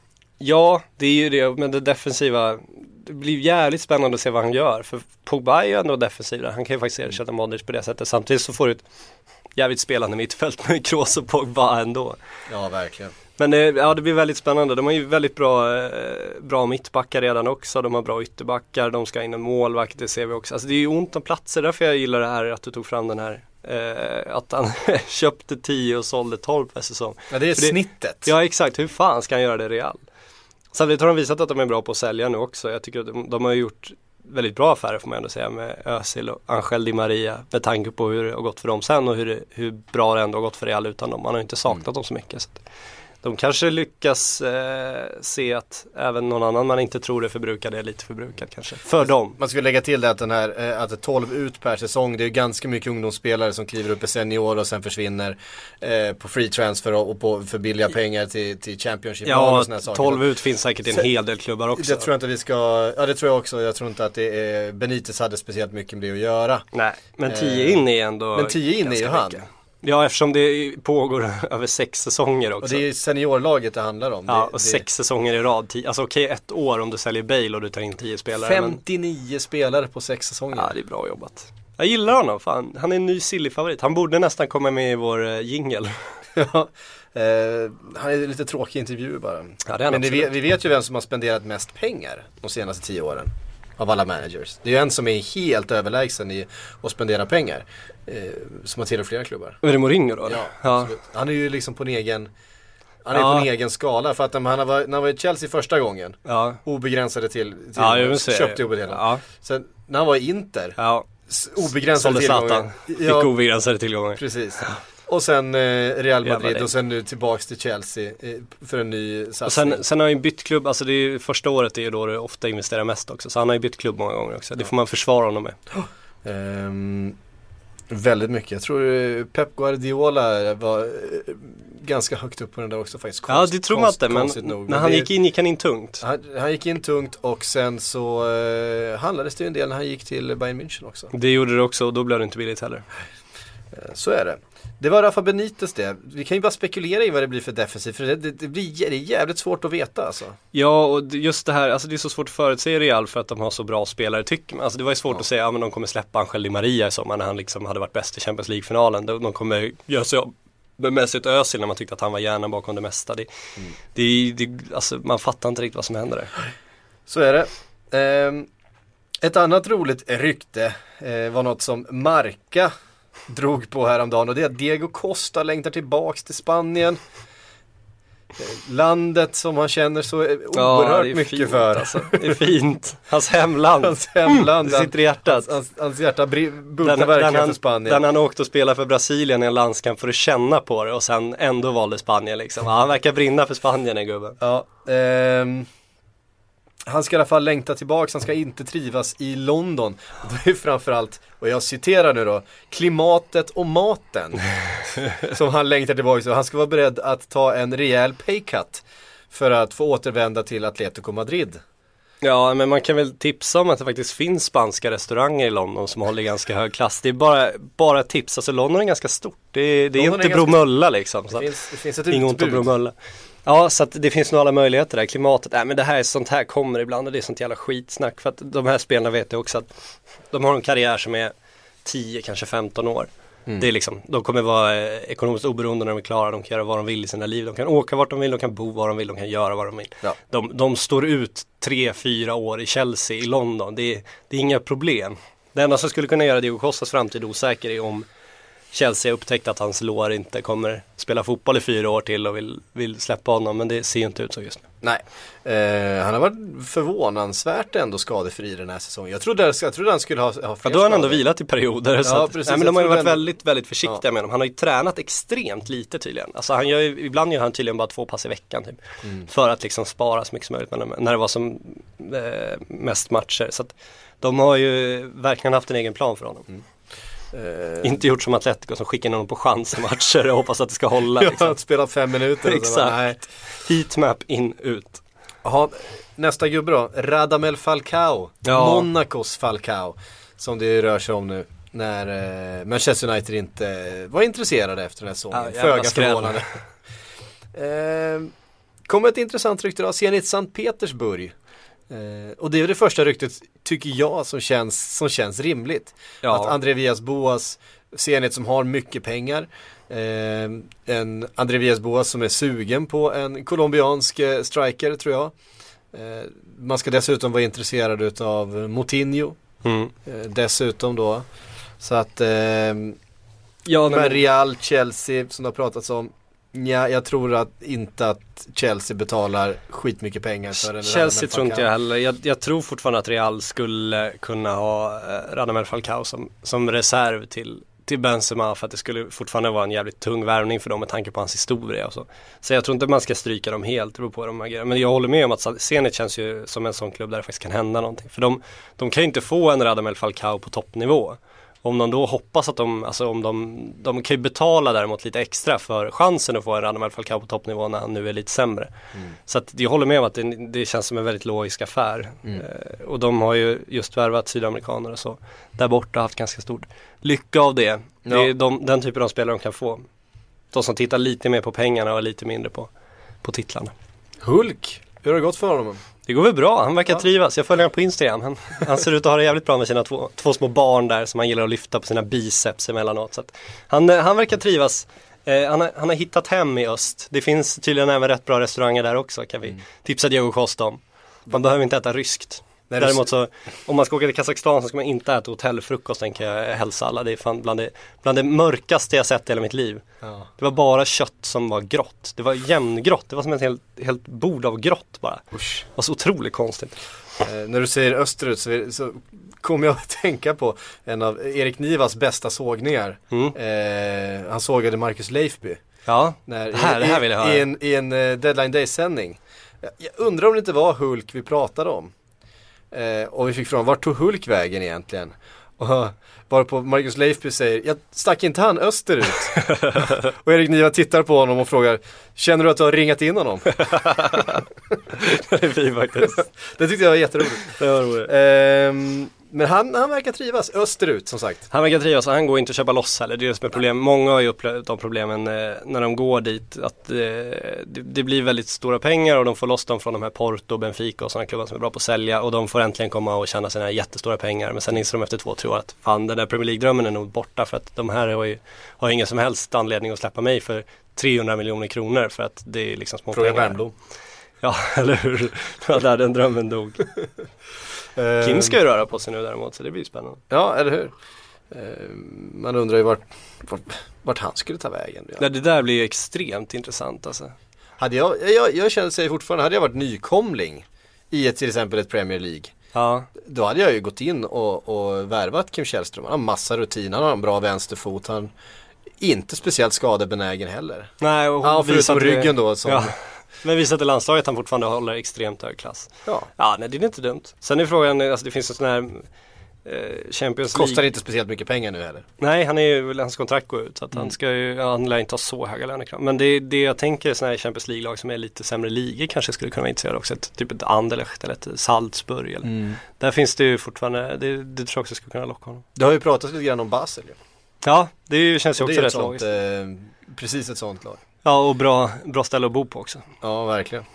Ja, det är ju det. Men det defensiva, det blir jävligt spännande att se vad han gör. För Pogba är ju ändå defensiv där. Han kan ju faktiskt ersätta Modric på det sättet. Samtidigt så får du ett jävligt spelande mittfält med Kroos och Pogba ändå. Ja, verkligen. Men det, ja, det blir väldigt spännande. De har ju väldigt bra, eh, bra mittbackar redan också. De har bra ytterbackar. De ska in en målvakt, det ser vi också. Alltså det är ju ont om platser. Därför jag gillar det här att du tog fram den här. Eh, att han köpte tio och sålde tolv per säsong. Ja, det är det, snittet. Ja, exakt. Hur fan ska han göra det Real? Samtidigt har de visat att de är bra på att sälja nu också. Jag tycker att de, de har gjort väldigt bra affärer får man ändå säga med Özil och Angel Di Maria med tanke på hur det har gått för dem sen och hur, det, hur bra det ändå har gått för Real utan dem. Man har inte saknat mm. dem så mycket. Så att de kanske lyckas eh, se att även någon annan man inte tror det förbrukar det är lite förbrukat kanske. För dem. Man skulle lägga till det att den här eh, att tolv ut per säsong, det är ganska mycket ungdomsspelare som kliver upp i senior och sen försvinner eh, på free transfer och, och på för billiga pengar till, till Championship. Ja, och såna saker. tolv ut finns säkert i en hel del klubbar också. Det tror jag inte vi ska, ja det tror jag också. Jag tror inte att det är, Benitez hade speciellt mycket med det att göra. Nej, men tio in är ändå Men tio in är ju han. Mycket. Ja, eftersom det pågår över sex säsonger också. Och det är seniorlaget det handlar om. Ja, det, och det... sex säsonger i rad. Tio, alltså okej, okay, ett år om du säljer Bale och du tar in tio spelare. femtionio men... spelare på sex säsonger. Ja, det är bra jobbat. Jag gillar honom, fan. Han är en ny silly-favorit. Han borde nästan komma med i vår uh, jingle. Ja, eh, han är lite tråkig intervju bara. Ja, det är men det, vi, vi vet ju vem som har spenderat mest pengar de senaste tio åren. Av alla managers. Det är ju en som är helt överlägsen i att spendera pengar. Eh, som har tillhört flera klubbar. Är det Mourinho då? Ja, ja. Han är ju liksom på en egen Han är ja. på en egen skala. För att när han var, när han var i Chelsea första gången ja. obegränsade till, till ja, köpte jobbet hela. Ja. Sen när han var i Inter. Ja. Obegränsade tillgångar. Fick ja, obegränsade tillgångar. Precis. Och sen eh, Real Madrid och sen nu tillbaks till Chelsea eh, för en ny satsning. Och sen, sen har han ju bytt klubb, alltså det är, första året är ju då det ofta investerar mest också. Så han har ju bytt klubb många gånger också. Det får man försvara honom med. Oh. Um, väldigt mycket. Jag tror Pep Guardiola var uh, ganska högt upp på den där också faktiskt. Konst, ja, det tror man inte, men nog. när han det, gick in gick han in tungt. Han, han gick in tungt och sen så uh, handlades det ju en del när han gick till Bayern München också. Det gjorde det också och då blev det inte billigt heller. Uh, så är det. Det var Rafa Benitez det. Vi kan ju bara spekulera i vad det blir för defensiv. För det, det, det blir det är jävligt svårt att veta alltså. Ja, och just det här, alltså det är så svårt att förutse Real för att de har så bra spelare tycker man. Alltså det var ju svårt ja. att säga, ja men de kommer släppa Angel Di Maria i sommar när han liksom hade varit bäst i Champions League-finalen. De, de kommer göra sig med Mesut Özil när man tyckte att han var hjärnan bakom det mesta. Det, mm. det, det, alltså man fattar inte riktigt vad som händer där. Så är det. Ehm, ett annat roligt rykte eh, var något som Marca drog på häromdagen och det är att Diego Costa längtar tillbaks till Spanien. Landet som han känner så oerhört ja, mycket fint, för. Alltså. Det är fint. Hans hemland. Hans hemland. Mm, det sitter i hjärtat. Hans, hans, hans hjärta bultar verkligen han, för Spanien. Den han åkte och spelade för Brasilien i en landskamp för att känna på det och sen ändå valde Spanien liksom. Ja, han verkar brinna för Spanien, den gubben. Ja, ehm... han ska i alla fall längta tillbaka, han ska inte trivas i London. Det är framförallt, och jag citerar nu då, klimatet och maten som han längtar tillbaka. Och han ska vara beredd att ta en rejäl paycut för att få återvända till Atletico Madrid. Ja, men man kan väl tipsa om att det faktiskt finns spanska restauranger i London som håller ganska hög klass. Det är bara, bara ett tips, alltså London är ganska stort. Det, det är inte är Bromölla liksom. Så det finns, det finns ett utbud. Bromölla. Ja, så att det finns nog alla möjligheter där. Klimatet, äh, men det här är sånt här kommer ibland och det är sånt jävla skitsnack. För att de här spelarna vet jag också att de har en karriär som är tio, kanske femton år. Mm. Det är liksom, de kommer vara eh, ekonomiskt oberoende när de är klara. De kan göra vad de vill i sina liv. De kan åka vart de vill, de kan bo var de vill, de kan göra vad de vill. Ja. De, de står ut tre, fyra år i Chelsea, i London. Det är, det är inga problem. Det enda som skulle kunna göra Diego Costas framtid osäker är om Chelsea har upptäckt att hans lår inte kommer spela fotboll i fyra år till och vill, vill släppa honom, men det ser inte ut så just nu. Nej, eh, han har varit förvånansvärt ändå skadefri den här säsongen. Jag trodde, jag trodde han skulle ha, ha fler ja, då har han ändå vilat i perioder. Ja, så att, precis, nej, men de har ju varit ändå... väldigt, väldigt försiktiga ja. med honom. Han har ju tränat extremt lite tydligen. Alltså han gör ju, ibland gör han tydligen bara två pass i veckan typ, mm. för att liksom spara så mycket som möjligt med när det var som eh, mest matcher. Så att de har ju verkligen haft en egen plan för honom. Mm. Uh, inte gjort som Atletico som skickar någon på chans i matcher och hoppas att det ska hålla. Liksom. Ja, spela fem minuter. Exakt. Heatmap in, ut. Aha, nästa gubbe då. Radamel Falcao. Ja. Monacos Falcao. Som det rör sig om nu. När eh, Manchester United inte var intresserade efter den här säsongen. Ja, föga förvånande. eh, Kommer ett intressant rykte då. Zenit Sankt Petersburg. Eh, och det är det första ryktet tycker jag som känns, som känns rimligt. Ja. Att André Villas-Boas, Zenit som har mycket pengar, eh, en André Villas-Boas som är sugen på en colombiansk eh, striker tror jag. Eh, man ska dessutom vara intresserad av Moutinho. Mm. Eh, dessutom då. Så att eh, ja, men Real, Chelsea som det har pratats om. Ja, jag tror att inte att Chelsea betalar skitmycket pengar för en Chelsea tror inte jag heller. Jag, jag tror fortfarande att Real skulle kunna ha eh, Radamel Falcao som, som reserv till, till Benzema för att det skulle fortfarande vara en jävligt tung värvning för dem med tanke på hans historia och så. Så jag tror inte man ska stryka dem helt, det beror på hur de agerar. Men jag håller med om att Zenit känns ju som en sån klubb där det faktiskt kan hända någonting. För de, de kan ju inte få en Radamel Falcao på toppnivå. Om de då hoppas att de, alltså om de, de kan ju betala däremot lite extra för chansen att få en Radamel Falcao på toppnivå när han nu är lite sämre. Mm. Så att jag håller med om att det, det känns som en väldigt logisk affär. Mm. Eh, och de har ju just värvat sydamerikaner och så. Där borta har haft ganska stort lycka av det. Ja. Det är de, den typen av spelare de kan få. De som tittar lite mer på pengarna och lite mindre på, på titlarna. Hulk, hur har det gått för honom? Det går väl bra, han verkar ja. trivas. Jag följer honom på Instagram. Han, han ser ut att ha det jävligt bra med sina två, två små barn där som han gillar att lyfta på sina biceps emellanåt. Så att han, han verkar trivas. Eh, han, har, han har hittat hem i öst. Det finns tydligen även rätt bra restauranger där också, kan vi mm. tipsa Diego Costa om. Man behöver inte äta ryskt. Nej, det- Däremot så, om man ska åka till Kazakstan så ska man inte äta hotellfrukost, tänker jag hälsa alla. Det är fan bland det, bland det mörkaste jag sett i hela mitt liv. Ja. Det var bara kött som var grått. Det var jämngrått. Det var som ett helt, helt bord av grått bara. Usch. Det var så otroligt konstigt. Eh, när du säger österut så, så kommer jag att tänka på en av Erik Nivas bästa sågningar. Mm. Eh, han sågade Marcus Leifby. Ja, När, det här, i, det här vill jag höra. I en, i en uh, Deadline Day-sändning. Jag, jag undrar om det inte var Hulk vi pratade om. Eh, och vi fick från, vart tog Hulk vägen egentligen? Och varpå Marcus Leifby säger, jag stack inte han österut? Och Erik Niva tittar på honom och frågar, känner du att du har ringat in honom? Det är fint faktiskt. Det tyckte jag var jätteroligt. Det var roligt. Ehm, men han, han verkar trivas österut som sagt. Han verkar trivas och han går inte att köpa loss heller. Det är det som är problem. Många har ju upplevt de problemen eh, när de går dit. Att eh, det, det blir väldigt stora pengar och de får loss dem från de här Porto, Benfica och sådana klubbar som är bra på att sälja. Och de får äntligen komma och tjäna sina jättestora pengar. Men sen inser de efter två, tre år att fan, den där Premier League-drömmen är nog borta. För att de här har ju har ingen som helst anledning att släppa mig för trehundra miljoner kronor. För att det är liksom små Fråga pengar. Värmblom. Ja, eller hur? Det var där den drömmen dog. Kim ska ju röra på sig nu däremot, så det blir spännande. Ja, eller hur? Man undrar ju vart, vart, vart han skulle ta vägen. Ja. Nej, det där blir ju extremt intressant alltså. Hade jag, jag, jag känner sig fortfarande, hade jag varit nykomling i ett, till exempel ett Premier League, ja. Då hade jag ju gått in och, och värvat Kim Källström. Han har massa rutin, han har en bra vänsterfot, han inte speciellt skadebenägen heller. Nej, och ja, förutom det, ryggen då som... Ja. Men visat i landslaget att han fortfarande håller extrast hög klass. Ja. Ja, nej, det är inte dumt. Sen är frågan, alltså det finns en sån här eh, Champions League. Kostar inte speciellt mycket pengar nu heller. Nej, han är ju, hans kontrakt går ut så att mm. han ska ju, ja, han lär inte ha så höga lönekrav. Men det, det jag tänker är såna här Champions League-lag som är lite sämre ligor kanske skulle kunna vara intresserade också. Ett, typ ett Anderlecht eller ett Salzburg eller. Mm. Där finns det ju fortfarande, det, det tror jag också skulle kunna locka honom. Det har ju pratats lite grann om Basel ju. Ja, det känns ju också rätt sånt, logiskt. Eh, precis ett sånt lag. Ja, och bra, bra ställe att bo på också. Ja, verkligen.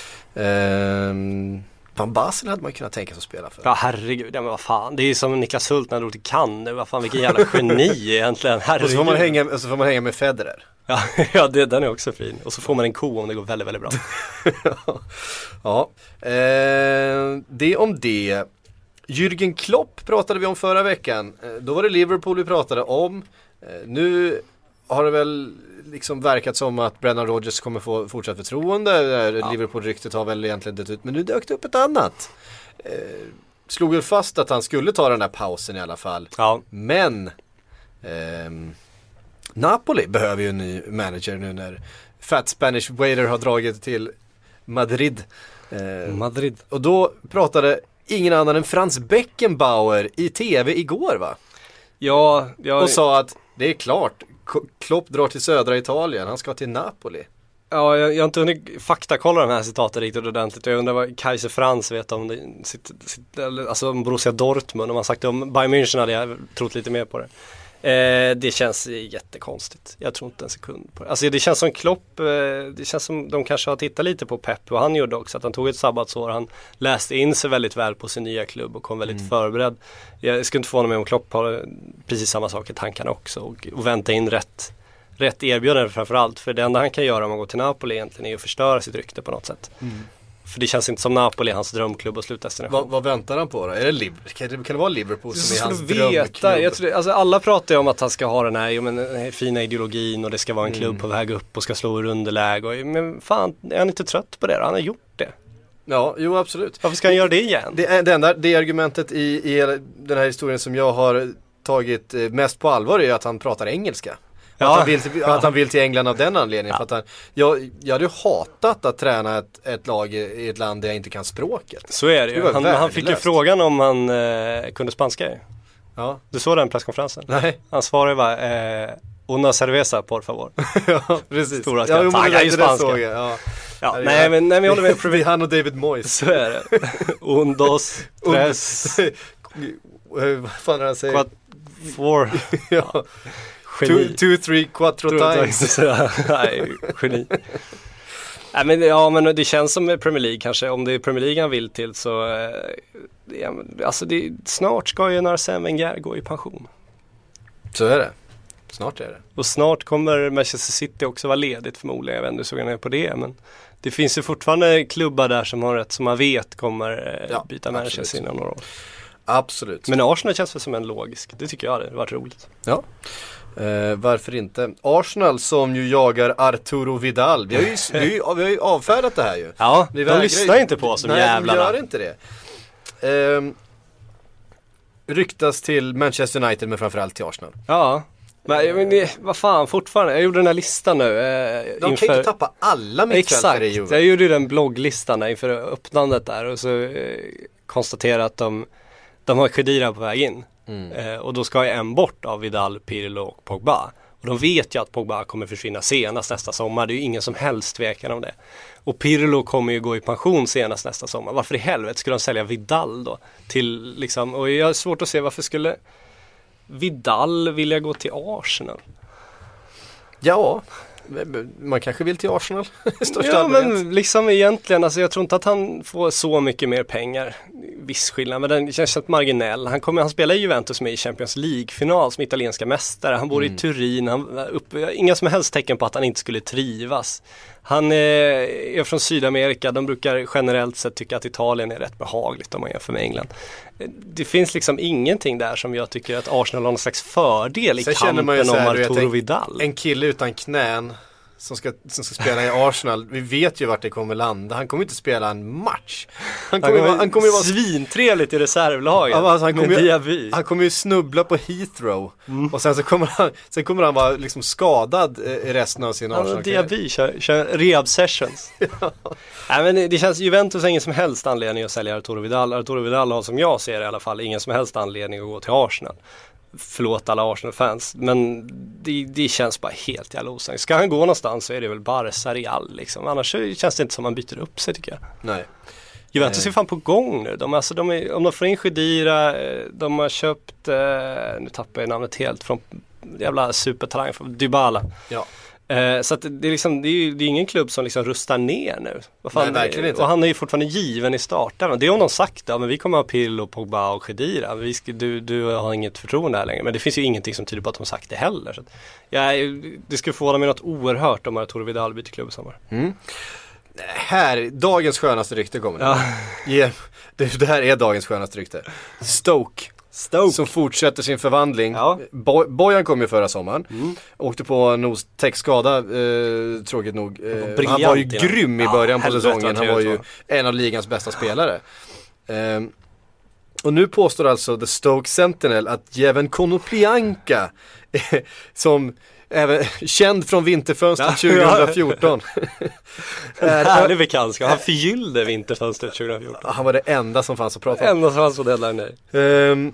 Ehm, Van Basel hade man kunnat tänka sig att spela för. Ja, herregud, ja, men vad fan. Det är ju som Niklas Hult när han drog till Cannes. Vad fan, vilken jävla geni egentligen. Herregud. Och så får man hänga, och så får man hänga med Federer. Ja, ja det, den är också fin. Och så får man en ko om det går väldigt, väldigt bra. Ja, ehm, det om det. Jürgen Klopp pratade vi om förra veckan. Då var det Liverpool vi pratade om. Nu har det väl liksom verkat som att Brendan Rodgers kommer få fortsatt förtroende. Ja. Liverpool-ryktet har väl egentligen dött ut. Men nu dök det upp ett annat. Eh, slog väl fast att han skulle ta den där pausen i alla fall. Ja. Men eh, Napoli behöver ju en ny manager nu när Fat Spanish Waiter har dragit till Madrid. Eh, Madrid. Och då pratade ingen annan än Franz Beckenbauer i tv igår, va? Ja, jag... Och sa att det är klart, Klopp drar till södra Italien, han ska till Napoli. Ja, jag, jag har inte hunnit faktakolla de här citaten riktigt ordentligt. Jag undrar vad Kaiser Franz vet om det, sitt, sitt, alltså om Borussia Dortmund. Om man sagt om Bayern München hade jag trott lite mer på det. Eh, det känns jättekonstigt. Jag tror inte en sekund på det. Alltså det känns som Klopp, eh, det känns som de kanske har tittat lite på Pep och han gjorde också att han tog ett sabbatsår. Han läste in sig väldigt väl på sin nya klubb och kom väldigt mm. förberedd. Jag skulle inte få honom med om Klopp har precis samma sak i tankarna också och, och vänta in rätt, rätt erbjudande framförallt. För det enda han kan göra om man går till Napoli egentligen är att förstöra sitt rykte på något sätt. Mm. För det känns inte som Napoli, hans drömklubb och slutdestination. Vad, vad väntar han på då? Är det Liverpool? Kan, det, kan det vara Liverpool som är hans veta. drömklubb? Jag tror, alltså alla pratar ju om att han ska ha den här, jo, men, den här fina ideologin och det ska vara en klubb mm. på väg upp och ska slå ur underläge. Och, men fan, är han inte trött på det då? Han har gjort det. Ja, jo absolut. Varför ska han göra det igen? Det, det enda det argumentet i, i den här historien som jag har tagit mest på allvar är att han pratar engelska. Ja. Att, han vill till, att han vill till England av den anledningen. Ja. För att han, jag, jag hade ju hatat att träna ett, ett lag i ett land där jag inte kan språket. Så är det ju. Han, han fick ju frågan om han eh, kunde spanska. Ja. Du såg den presskonferensen? Nej. Han svarade bara eh, una cerveza por favor. Ja, precis. Stora skratt. Ja, han kan ju spanska. Ja. Ja, nej, men, nej, men jag håller med. Det är han och David Moyes. Så är det. Un, dos, tres. Vad fan är han säger? Quat, four. Ja. Two, two, three, quattro times. Nej, geni. Nej, men, ja, men det känns som Premier League kanske. Om det är Premier League han vill till så ja, alltså det, snart ska ju Arsène Wenger gå i pension. Så är det. Snart är det. Och snart kommer Manchester City också vara ledigt förmodligen. Jag vet inte hur såg jag på det. Men det finns ju fortfarande klubbar där som har rätt, som man vet kommer eh, Ja, byta managers inom några år. Absolut. Men Arsenal känns väl som en logisk, det tycker jag det har varit roligt. Ja. Eh, varför inte? Arsenal som ju jagar Arturo Vidal. Vi har ju, vi har ju, vi har ju avfärdat det här ju. Ja, vi de lyssnar ju inte på oss som nej, jävlarna. Nej, de gör inte det. Eh, ryktas till Manchester United, men framförallt till Arsenal. Ja, men, men det, vad fan, fortfarande, jag gjorde den här listan nu eh, De inför... kan inte tappa alla mittfältare i Juve. Exakt, jag gjorde ju den blogglistan inför öppnandet där och så eh, konstaterade att de, de har Khedira på väg in. Mm. Eh, och då ska ju en bort av Vidal, Pirlo och Pogba. Och de vet ju att Pogba kommer försvinna senast nästa sommar. Det är ju ingen som helst tvekan om det. Och Pirlo kommer ju gå i pension senast nästa sommar. Varför i helvete skulle de sälja Vidal då? Till liksom, och jag har svårt att se varför skulle Vidal vilja gå till Arsenal? Ja, man kanske vill till Arsenal. Ja, men liksom egentligen, alltså jag tror inte att han får så mycket mer pengar. Viss skillnad, men den känns marginell. Han, kommer, han spelar i Juventus med i Champions League-final som italienska mästare. Han bor mm. i Turin. Han, upp, inga som helst tecken på att han inte skulle trivas. Han är, är från Sydamerika. De brukar generellt sett tycka att Italien är rätt behagligt om man jämför med England. Det finns liksom ingenting där som jag tycker att Arsenal har någon slags fördel i sen kampen om Arturo en, Vidal. En kille utan knän som ska, som ska spela i Arsenal. Vi vet ju vart det kommer landa. Han kommer inte spela en match. Han kommer, han kommer, han kommer ju vara svintrevligt i reservlaget. Ja, alltså han, kommer ju, han kommer ju snubbla på Heathrow. Mm. Och sen så kommer han, sen kommer han vara liksom skadad i resten av sin Arsenal. Ja, Diaby kör, kör rehab sessions. Ja. Nej, men det känns, Juventus har ingen som helst anledning att sälja Arturo Vidal. Arturo Vidal har, som jag ser det i alla fall, ingen som helst anledning att gå till Arsenal. Förlåt alla Arsenal-fans, men det, det känns bara helt jävla osannolikt. Ska han gå någonstans så är det väl Barca, Real liksom. Annars känns det inte som man byter upp sig, tycker jag. Nej. Juventus är fan på gång nu. De, alltså, de är, om de får in Khedira, de har köpt, eh, nu tappar jag namnet helt, från jävla supertalang från Dybala. Ja. Eh, så att det är liksom, det är ju det är ingen klubb som liksom rustar ner nu. Vad fan, nej, verkligen inte. Och han är ju fortfarande given i starten. Det har någon sagt, ja, men vi kommer ha Pirlo, Pogba och Khedira. Vi ska, du, du har inget förtroende här längre. Men det finns ju ingenting som tyder på att de har sagt det heller. Så att, ja, det skulle få dem med något oerhört om Arturo Vidal byter klubb i sommar. Mm. Här, dagens skönaste rykte kommer. Ja. Yeah, det, det här är dagens skönaste rykte. Stoke. Stoke. Som fortsätter sin förvandling. Ja. Bo- Bojan kom ju förra sommaren. Mm. Åkte på en täckskada, eh, tråkigt nog. Eh, han var ju ja. grym i början ja, på säsongen. Han var ju var. en av ligans bästa spelare. Eh, och nu påstår alltså The Stoke Sentinel att Jeven Konoplyanka som även känd från vinterfönstret tjugohundrafjorton. Härlig bekantskap. Han förgyllde vinterfönstret tjugohundrafjorton. Han var det enda som fanns att prata om. Enda som fanns på deadline, nej. Um,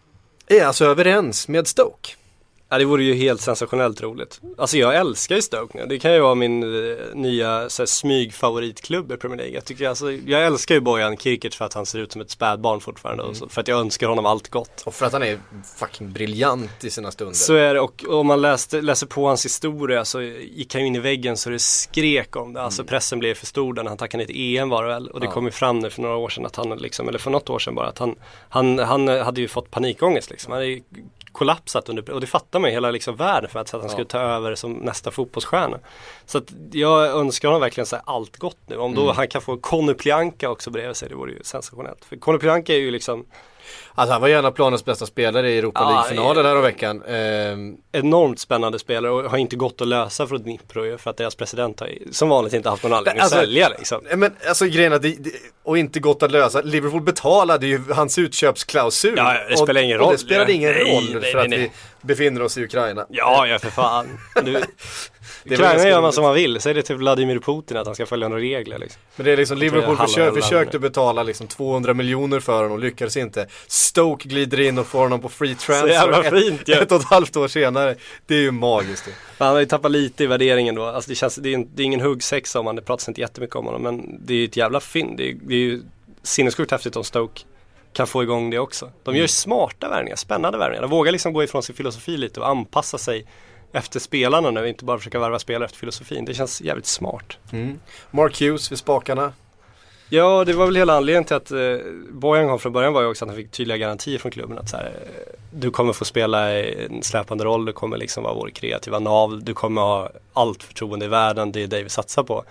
är alltså överens med Stoke. Ja, det vore ju helt sensationellt roligt. Alltså jag älskar ju Stoke nu. Det kan ju vara min uh, nya så här, smygfavoritklubb i Premier League. Jag, tycker, alltså, jag älskar ju Bojan Kirkic för att han ser ut som ett spädbarn fortfarande. Mm. Och så, för att jag önskar honom allt gott. Och för att han är fucking briljant i sina stunder. Så är det. Och om man läste, läser på hans historia så gick han ju in i väggen så det skrek om det. Alltså mm. pressen blev för stor när han tackade ner till E M var det väl. Och det ja. kom ju fram nu för några år sedan att han liksom, eller för något år sedan bara, att han, han, han hade ju fått panikångest liksom. Han hade kollapsat under, och det fattar man ju hela liksom världen för att, så att han ja. skulle ta över som nästa fotbollsstjärna. Så att jag önskar honom verkligen så här allt gott nu. Om då mm. han kan få Konoplyanka också bredvid sig, det vore ju sensationellt. För Konoplyanka är ju liksom... Alltså han var gärna planens bästa spelare i Europa League-finalen här om veckan. Ehm. Enormt spännande spelare och har inte gått att lösa för Dnipro för att deras president har som vanligt inte haft någon anledning alltså, att sälja liksom. Men alltså grejen att det, det, och inte gått att lösa. Liverpool betalade ju hans utköpsklausul. Ja, det spelar ingen roll. Och det spelade ingen nej, roll nej, för nej, att nej. vi befinner oss i Ukraina. Ja, ja för fan. Du, Ukraina gör man som man vill. Säg det till Vladimir Putin att han ska följa några regler liksom. Men det är liksom Liverpool försö- försökte betala liksom tvåhundra miljoner för honom och lyckades inte. Stoke glider in och får honom på free transfer. Så jävla fint, ett, ett och ett halvt år senare. Det är ju magiskt. Han har ju tappat lite i värderingen då. Alltså det, känns, det, är, en, det är ingen huggsexa om han, det pratas inte jättemycket om honom. Men det är ju ett jävla fynd. Det är, det är ju sinnessjukt häftigt om Stoke kan få igång det också. De gör ju smarta värvningar, spännande värvningar. De vågar liksom gå ifrån sin filosofi lite och anpassa sig efter spelarna nu, inte bara försöka värva spelare efter filosofin. Det känns jävligt smart. Mm. Mark Hughes vid spakarna. Ja, det var väl hela anledningen till att eh, Bojan kom från början var ju också att han fick tydliga garantier från klubben att så här, du kommer få spela en släpande roll, du kommer liksom vara vår kreativa nav, du kommer ha allt förtroende i världen, det är det vi satsar på.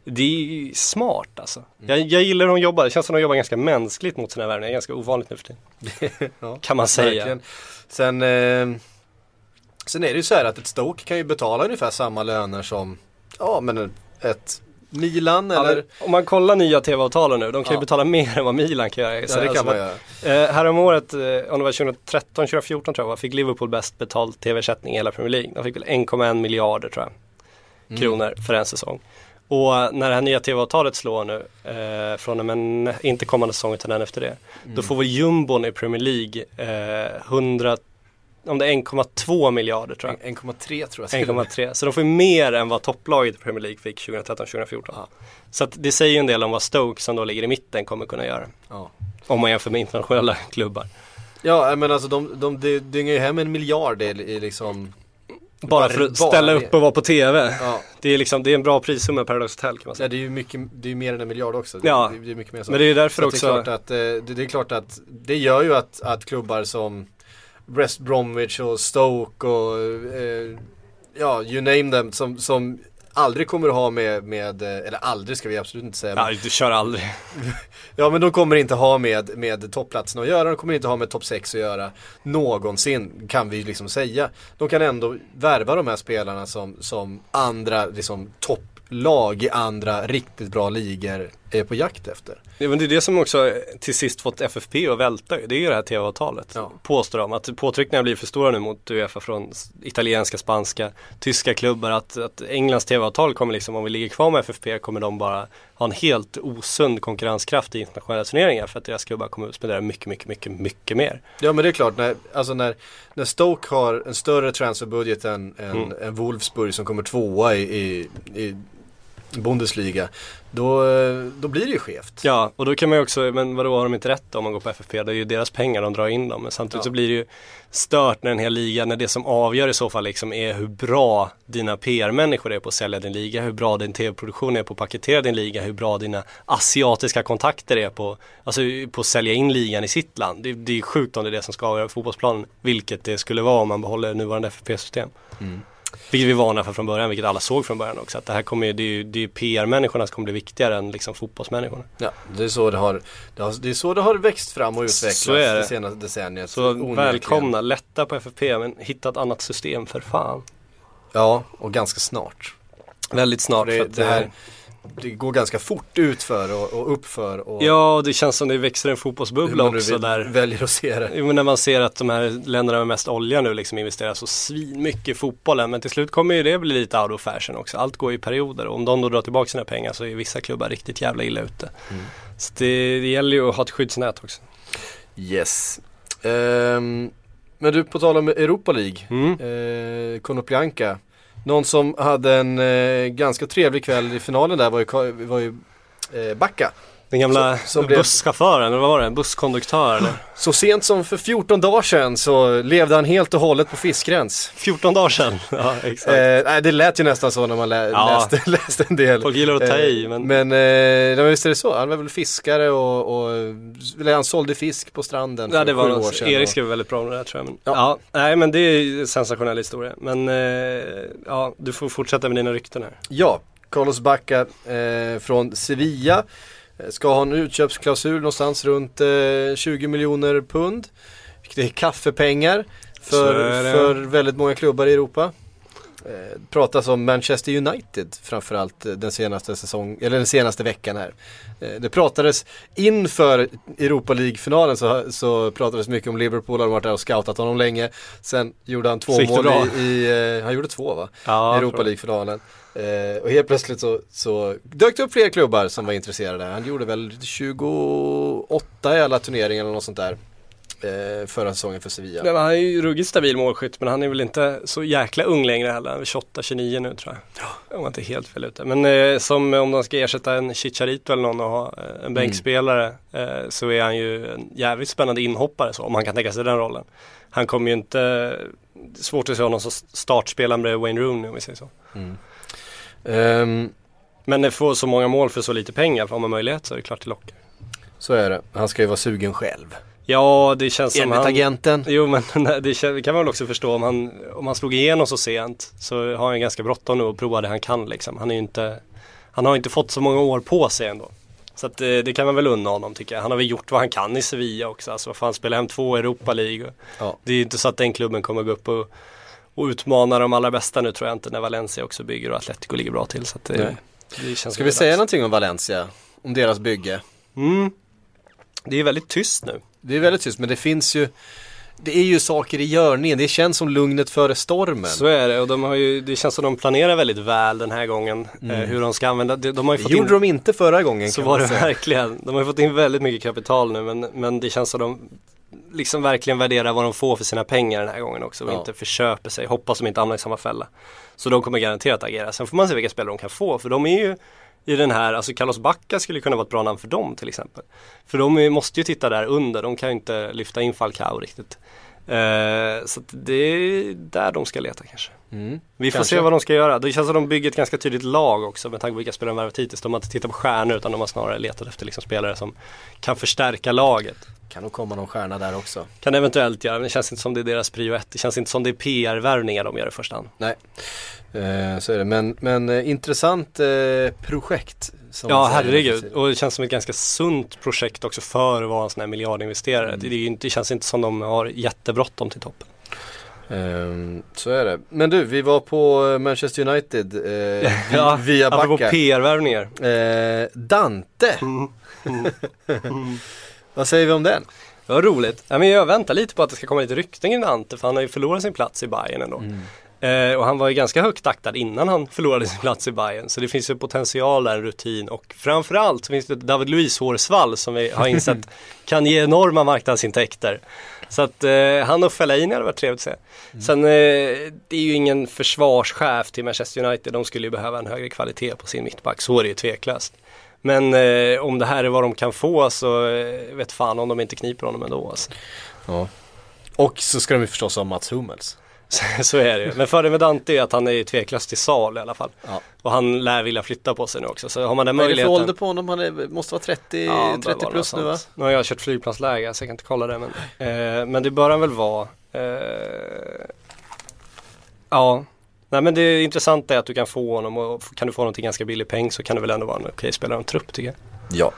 det är smart alltså. Jag, jag gillar hur de jobbar. Det känns som att de jobbar ganska mänskligt mot sina värvningar. Det är ganska ovanligt nu för tiden. Ja, kan man säga. Verkligen. Sen, eh, sen är det ju så här att ett Stoke kan ju betala ungefär samma löner som ja, men ett Milan eller... Ja, om man kollar nya tv-avtalen nu, de kan ja. ju betala mer än vad Milan kan göra. Ja, det kan man göra. Eh, här om året, eh, om det var tjugohundratretton tjugofjorton tror jag, fick Liverpool bäst betalt tv-ersättning i hela Premier League. De fick väl en komma en miljarder tror jag, mm. kronor för en säsong. Och när det här nya tv-avtalet slår nu, eh, från och med inte kommande säsong utan den efter det, mm. då får väl jumbon i Premier League eh, hundra, om det är en komma två miljarder tror jag. en komma tre tror jag. en komma tre, så de får mer än vad topplaget i Premier League fick tjugotretton tjugofjorton. Ja. Så att det säger ju en del om vad Stoke som då ligger i mitten kommer kunna göra. Ja. Om man jämför med internationella klubbar. Ja, men alltså de, de, de dyngar ju hem en miljard i, i liksom... Bara för att ställa upp och vara på tv. Ja. Det är liksom, det är en bra prissumma per Paradise Hotel kan man säga. Ja, det är ju mycket, det är mer än en miljard också. Ja. Det, det är mycket mer så. Men det är därför så också. Det är, klart att, det, det är klart att det gör ju att, att klubbar som West Bromwich och Stoke och eh, ja, you name them som, som aldrig kommer att ha med, med, eller aldrig ska vi absolut inte säga. Ja, du kör aldrig. Ja, men de kommer inte ha med, med toppplatsen att göra, de kommer inte ha med topp sex att göra någonsin, kan vi liksom säga. De kan ändå värva de här spelarna som, som andra liksom topplag i andra riktigt bra ligor är på jakt efter. Ja, men det är det som också till sist fått F F P att välta. Det är ju det här tv-avtalet. Ja. Påstår de att påtryckningarna blir för stora nu mot UEFA från italienska, spanska, tyska klubbar. Att, att Englands tv-avtal kommer liksom, om vi ligger kvar med F F P kommer de bara ha en helt osund konkurrenskraft i internationella turneringar för att deras klubbar kommer att spendera mycket, mycket, mycket, mycket mer. Ja, men det är klart, när, alltså när, när Stoke har en större transferbudget än, än, mm. än Wolfsburg som kommer tvåa i, i, i Bundesliga, då, då blir det ju skevt. Ja, och då kan man ju också, men vadå, har de inte rätt om man går på F F P? Det är ju deras pengar, de drar in dem. Men samtidigt ja. så blir det ju stört när en hel liga, när det som avgör i så fall liksom är hur bra dina P R-människor är på att sälja din liga, hur bra din tv-produktion är på att paketera din liga, hur bra dina asiatiska kontakter är på, alltså på att sälja in ligan i sitt land. Det, det är sjukt om det är det som ska avgöra fotbollsplanen, vilket det skulle vara om man behåller nuvarande F F P-system. Mm. Vilket vi varnade för från början, vilket alla såg från början också. Att det här kommer ju, det är ju, det är ju P R-människorna som kommer bli viktigare än liksom fotbollsmänniskorna. Ja, det är så det har, det har, det är så det har växt fram och utvecklats så är det. det senaste decenniet. Så onekligen. Välkomna, lätta på F F P, men hitta ett annat system för fan. Ja, och ganska snart. Väldigt snart. Det, för att det, här, det går ganska fort utför och, och uppför. Och ja, och det känns som det växer en fotbollsbubbla också där. Väljer att se det. Jo, men när man ser att de här länderna med mest olja nu liksom investerar så svin mycket i fotbollen. Men till slut kommer ju det bli lite out of fashion också. Allt går i perioder och om de då drar tillbaka sina pengar så är vissa klubbar riktigt jävla illa ute. Mm. Så det, det gäller ju att ha ett skyddsnät också. Yes. Um, men du, på tal om Europa League. Mm. Uh, Konoplyanka. Någon som hade en eh, ganska trevlig kväll i finalen där var ju, var ju eh, Backa. Den gamla så, busschauffören, eller vad var det? En busskonduktör eller? Så sent som för fjorton dagar sedan så levde han helt och hållet på fiskgräns. fjorton dagar sedan? Ja, exakt. Eh, nej, det lät ju nästan så när man lä- ja. läste, läste en del. Folk gillar att ta i. Men, men eh, visst är det så. Han var väl fiskare och, och eller han sålde fisk på stranden för ja, det var sju år sedan. Erik skrev väldigt bra om det där tror jag. Men, ja. ja, nej, men det är en sensationell historia. Men eh, ja, du får fortsätta med dina rykten här. Ja, Carlos Bacca eh, från Sevilla. Ska ha en utköpsklausul någonstans runt eh, tjugo miljoner pund. Det är kaffepengar för, för väldigt många klubbar i Europa. Eh, pratas om Manchester United framförallt den senaste säsong, eller den senaste veckan här. Eh, det pratades inför Europa League-finalen så, så pratades mycket om Liverpool, har varit där och scoutat honom länge. Sen gjorde han två mål i, i eh, han gjorde två va? Ja, i Europa League-finalen. Eh, och helt plötsligt så, så dök det upp fler klubbar som var intresserade. Han gjorde väl tjugoåtta i alla turneringar eller något sånt där eh, förra säsongen för Sevilla. Men han är ju ruggigt stabil målskytt, men han är väl inte så jäkla ung längre heller. Han är tjugoåtta tjugonio nu tror jag. Jag var inte helt fel ute. Men eh, som om de ska ersätta en Chicharito eller någon och ha eh, en bänkspelare mm. eh, så är han ju en jävligt spännande inhoppare så, om man kan tänka sig den rollen. Han kommer ju inte, svårt att se honom som startspelare med Wayne Rooney om vi säger så. Mm. Um, men det får så många mål för så lite pengar, för om man möjlighet så är det klart det lockar. Så är det, han ska ju vara sugen själv. Ja, det känns som han... agenten. Jo, men det kan man väl också förstå. Om han, om han slog igenom så sent så har han ganska bråttom nu och provar det han kan liksom. Han är ju inte, han har inte fått så många år på sig ändå. Så att, det, det kan man väl unna honom tycker jag. Han har väl gjort vad han kan i Sevilla också. Alltså fan, spelar hem två Europa League. Ja. Det är ju inte så att den klubben kommer gå upp och, och utmana de allra bästa nu tror jag inte, när Valencia också bygger och Atletico ligger bra till. Så att det, det känns. Ska vi säga någonting om Valencia? Om deras bygge? Mm. Det är väldigt tyst nu. Det är väldigt tyst, men det finns ju det är ju saker i görningen. Det känns som lugnet före stormen. Så är det, och de har ju, det känns som de planerar väldigt väl den här gången. Mm. eh, hur de ska använda de, de har ju det fått gjorde in, de inte förra gången. Så var det verkligen. De har ju fått in väldigt mycket kapital nu, men, men det känns som de liksom verkligen värderar vad de får för sina pengar den här gången också, och ja. inte förköper sig, hoppas de inte hamnar i samma fälla. Så de kommer garanterat agera. Sen får man se vilka spelare de kan få, för de är ju i den här, alltså Carlos Bacca skulle kunna vara ett bra namn för dem till exempel. För de är, måste ju titta där under, de kan ju inte lyfta in Falcao riktigt. Uh, så att det är där de ska leta kanske. Mm, Vi får kanske. se vad de ska göra. Det känns som att de bygger ett ganska tydligt lag också, med tanke på vilka spelare de värvat hittills. De har inte tittat på stjärnor, utan de har snarare letat efter liksom spelare som kan förstärka laget. Kan nog komma någon stjärna där också. Kan eventuellt göra, men det känns inte som det är deras prio ett. Det känns inte som det är P R-värvningar de gör i första hand. Nej, uh, så är det. Men, men uh, intressant uh, projekt. Ja, herregud. Och det känns som ett ganska sunt projekt också för att vara en sån här miljardinvesterare. Mm. Det, är inte, det känns inte som de har jättebråttom till toppen. Um, så är det. Men du, vi var på Manchester United uh, ja, via Bacca. Apropå P R-värvningar. Uh, Dante. Mm. Mm. Mm. Vad säger vi om den? Det var roligt. Ja, men jag väntar lite på att det ska komma lite rykten i Dante, för han har ju förlorat sin plats i Bayern ändå. Mm. Eh, och han var ju ganska högt aktad innan han förlorade sin plats i Bayern. Så det finns ju potential där, en rutin. Och framförallt så finns det David Luiz hårsvall som vi har insett kan ge enorma marknadsintäkter. Så att eh, han och Fellaini hade varit trevligt att se. Mm. Sen eh, det är ju ingen försvarschef till Manchester United. De skulle ju behöva en högre kvalitet på sin mittback. Så är det ju tveklöst. Men eh, om det här är vad de kan få, så eh, vet fan om de inte kniper honom ändå. Alltså. Ja. Och så ska de ju förstås ha Mats Hummels. Så är det ju. Men fördelen med Dante är att han är tveklöst till sal i alla fall. Ja. Och han lär vilja flytta på sig nu också. Så har man den möjligheten. Vad är det för ålder på honom? Han är, måste vara trettio, ja, trettio plus nu, va? Nu har jag kört flygplansläge så jag kan inte kolla det. Men, eh, men det bör han väl vara. Eh, ja. Nej, men det intressanta är att du kan få honom, och kan du få honom till ganska billig peng, så kan det väl ändå vara en okej spelare en trupp tycker jag. Ja,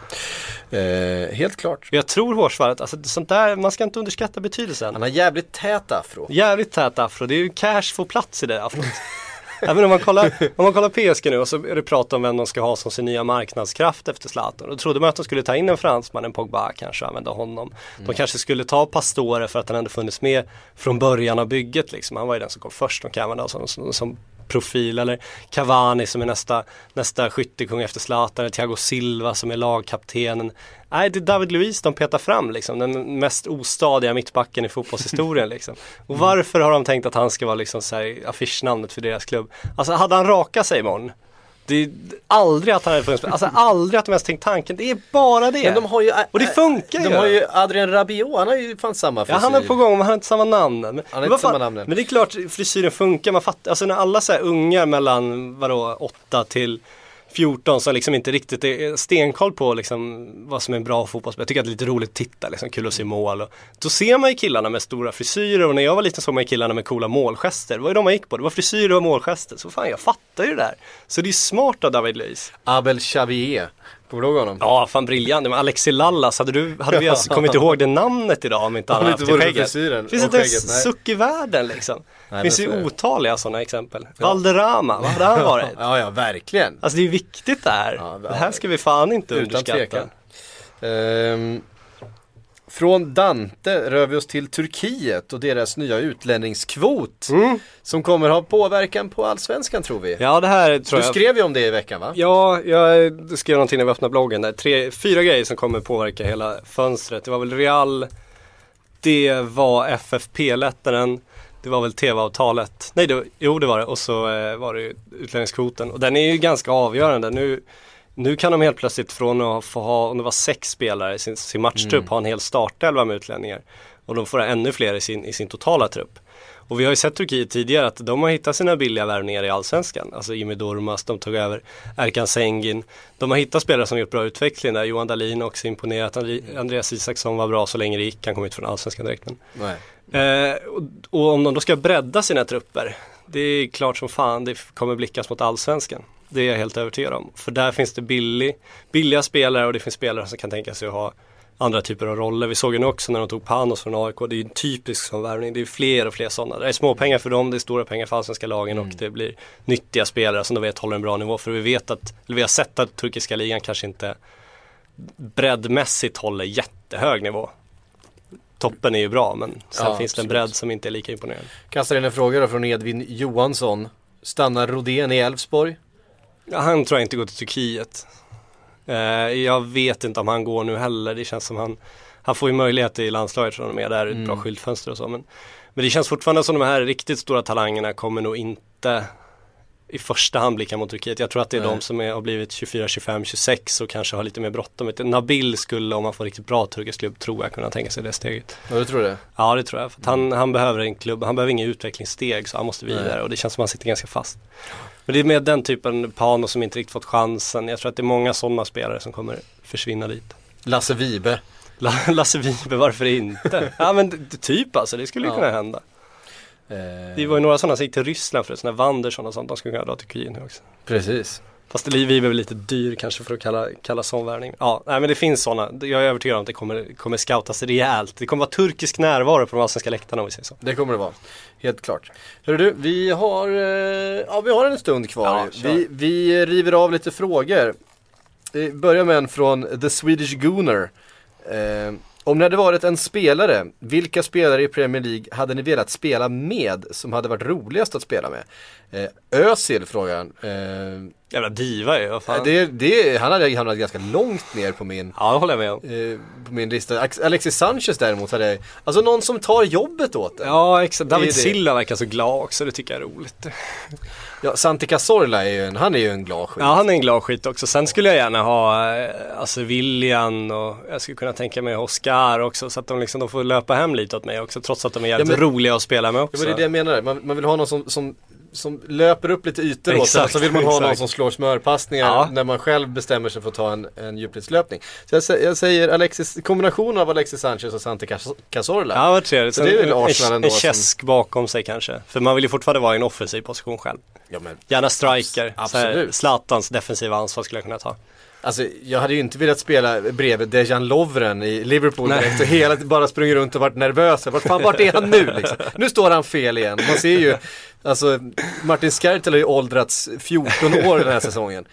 eh, helt klart. Jag tror hårsvallet, alltså sånt där, man ska inte underskatta betydelsen. Han har jävligt tät afro. Jävligt tät afro, det är ju cash får plats i det afrot. Även om man kollar, om man kollar P S G nu, och så är det prat om vem de ska ha som sin nya marknadskraft efter Zlatan. Då trodde man att de skulle ta in en fransman, en Pogba kanske, använda honom. Mm. De kanske skulle ta Pastore för att han ändå funnits med från början av bygget liksom. Han var ju den som kom först, de kan använda som, som, som profil, eller Cavani som är nästa, nästa skyttekung efter Zlatan, eller Thiago Silva som är lagkaptenen. Nej, det är David Luiz de petar fram liksom, den mest ostadiga mittbacken i fotbollshistorien liksom. Och varför har de tänkt att han ska vara liksom så här affischnamnet för deras klubb? Alltså hade han raka sig imorgon, det är aldrig att han hade funnits, alltså aldrig att de ens tänkt tanken, det är bara det. Men de har ju, och det funkar de ju. De har ju Adrien Rabiot, han har ju fan samma frisyr. Ja, han är på gång, men han har inte samma namn. Men, han har inte samma namn. Men det är klart, frisyren funkar, man fattar, alltså när alla så här unga mellan, vadå, åtta till fjorton som liksom inte riktigt är stenkoll på liksom vad som är en bra fotbollsspelare. Jag tycker att det är lite roligt att titta, liksom, kul att se mål. Och då ser man ju killarna med stora frisyrer, och när jag var liten såg man ju killarna med coola målgester. Vad är de man gick på? Det var frisyrer och målgester. Så fan, jag fattar ju det där. Så det är smart av David Luiz. Abel Xavier. Kommer du ihåg honom? Ja, fan briljant. Men Alexi Lallas, hade, du, hade vi alltså kommit ihåg det namnet idag om inte han haft i skägget? Finns det inte en suck i världen liksom? Det finns ju otaliga sådana exempel. Ja. Valderrama, vad hade han varit? Ja, ja, verkligen. Alltså det är viktigt det här. Ja, det här ska vi fan inte utan underskatta. Um, från Dante rör vi oss till Turkiet och deras nya utlänningskvot mm. som kommer ha påverkan på allsvenskan, tror vi. Ja, det här tror du jag. Du skrev ju om det i veckan, va? Ja, jag skrev någonting när vi öppnade bloggen där. Tre, fyra grejer som kommer påverka hela fönstret. Det var väl Real, det var F F P-lättaren, det var väl T V-avtalet. Nej, det, jo det var det. Och så eh, var det ju utlänningskvoten. Och den är ju ganska avgörande. Nu, nu kan de helt plötsligt från att få ha, om det var sex spelare i sin, sin matchtrupp, mm. ha en hel startelva med utlänningar. Och de får ännu fler i sin, i sin totala trupp. Och vi har ju sett Turkiet tidigare att de har hittat sina billiga värvningar i allsvenskan. Alltså Jimmy Durmaz, de tog över Erkan Sengin. De har hittat spelare som gjort bra utveckling där. Johan Dahlin också imponerat. Andri- Andreas Isaksson var bra så länge det gick. Han kom ut från allsvenskan direkt. Men. Nej. Eh, och, och om de då ska bredda sina trupper, det är klart som fan det kommer blickas mot allsvenskan. Det är jag helt övertygad om. För där finns det billig, billiga spelare och det finns spelare som kan tänka sig att ha andra typer av roller. Vi såg ju nu också när de tog Panos från A I K. Det är ju en typisk sån värvning. Det är fler och fler sådana. Det är små pengar för dem, det är stora pengar för allsvenska lagen mm. och det blir nyttiga spelare som de vet håller en bra nivå. För vi vet att, eller vi har sett att turkiska ligan kanske inte breddmässigt håller jättehög nivå. Toppen är ju bra, men sen ja, finns det en bredd som inte är lika imponerande. Kastar in en fråga då från Edvin Johansson. Stannar Rodén i Elfsborg? Ja, han tror jag inte går till Turkiet. Eh, jag vet inte om han går nu heller. Det känns som han han får ju möjlighet i landslaget från och med där, ett mm. bra skyltfönster och så. Men, men det känns fortfarande som de här riktigt stora talangerna kommer nog inte i första hand blicka mot Turkiet. Jag tror att det är Nej. de som är, har blivit tjugofyra, tjugofem, tjugosex och kanske har lite mer bråttom. Nabil skulle, om han får riktigt bra turkisk klubb, tror jag kunna tänka sig det steget. Ja, du tror det? Ja, det tror jag. För att han, han behöver en klubb, han behöver ingen utvecklingssteg, så han måste vidare. Nej. Och det känns som att han sitter ganska fast. Men det är med den typen Pano som inte riktigt fått chansen. Jag tror att det är många sådana spelare som kommer försvinna dit. Lasse Vibe. Lasse Vibe, varför inte? Ja, men det, typ alltså, det skulle ju ja. kunna hända. Det var ju några sådana som gick till Ryssland för sådana Wanderson och sånt. De skulle kunna dra till Turkiet nu också. Precis. Fast Liv är väl lite dyr kanske för att kalla, kalla sån värvning. Ja, nej, men det finns sådana. Jag är övertygad om att det kommer, kommer scoutas rejält. Det kommer vara turkisk närvaro på de allsvenska läktarna om vi säger så. Det kommer det vara, helt klart. Hörru du, vi har, ja, vi har en stund kvar. Ja, vi, vi river av lite frågor. Vi börjar med en från The Swedish Gooner. Eh, Om ni hade varit en spelare, vilka spelare i Premier League hade ni velat spela med som hade varit roligast att spela med? Eh, Özil frågan. Eh, Jävla diva ju, vad fan. Det, det, han hade hamnat ganska långt ner på min, ja, det håller jag med om. Eh, på min lista. Alexis Sanchez däremot hade, alltså någon som tar jobbet åt det. Ja, exakt. David Silva verkar så glad också, det tycker jag är roligt. Ja, Santi Cazorla är ju en, han är ju en glad skit. Ja, han är en glad skit också. Sen skulle jag gärna ha alltså William och jag skulle kunna tänka mig Oscar också, så att de liksom de får löpa hem lite åt mig också, trots att de är jävligt ja, men, roliga att spela med också. Ja, men det är det jag menar. Man, man vill ha någon som, som, som löper upp lite ytor åt sig. Så vill man ha exakt. någon som slår smörpassningar ja. när man själv bestämmer sig för att ta en, en djupledslöpning. Så jag, jag säger Alexis, kombinationen av Alexis Sanchez och Santi Cazorla. Ja, vad trevligt. Så det är väl Arsenal en, ändå. En käsk som... bakom sig kanske. För man vill ju fortfarande vara i en offensiv position själv. Ja, men, gärna striker. Absolut. Zlatans defensiva ansvar skulle jag kunna ta. Alltså, jag hade ju inte velat spela bredvid Dejan Lovren i Liverpool direkt och hela bara sprungit runt och varit nervös. Vart fan, vart är han nu liksom? Nu står han fel igen. Man ser ju, alltså Martin Skrtel har ju åldrats fjorton år den här säsongen.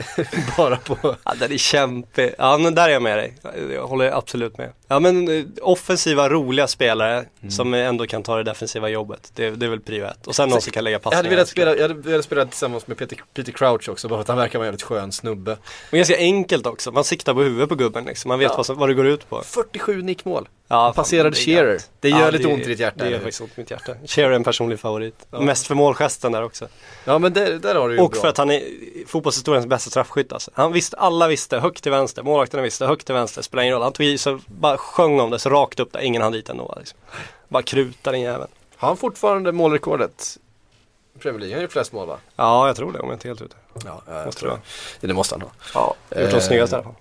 Bara på... Ja, det är kämpe. Ja, men där är jag med dig. Jag håller absolut med. Ja, men offensiva, roliga spelare mm. som ändå kan ta det defensiva jobbet. Det, det är väl prio ett. Och sen någon som kan lägga passningar. Jag hade velat spela, jag hade velat spela tillsammans med Peter, Peter Crouch också, bara för att han verkar vara en jävligt skön snubbe. Och ganska enkelt också. Man siktar på huvudet på gubben liksom. Man vet ja. vad, som, vad det går ut på. fyrtiosju nickmål. Ja, passerade Shearer. Det gör ja, lite det, ont i ditt hjärta. Det gör faktiskt ont i mitt hjärta. Shearer är en personlig favorit. Ja. Mest för målgesten där också. Ja, men där, där har du ju och bra. För att han är fotbollshistoriens bästa straffskytt alltså. Han visste, alla visste, högt till vänster. Målvakterna visste, högt till vänster. Spelar ingen roll. Han tog i så bara sjöng om det så rakt upp där. Ingen hann dit ändå liksom. Bara krutar den jäveln. Har han fortfarande målrekordet? Premier League, han är ju flest mål va? Ja, jag tror det om jag inte helt ute. Ja, jag måste tror jag. Det, det måste han ha. Ja, gjort de eh, snyggaste i alla fall.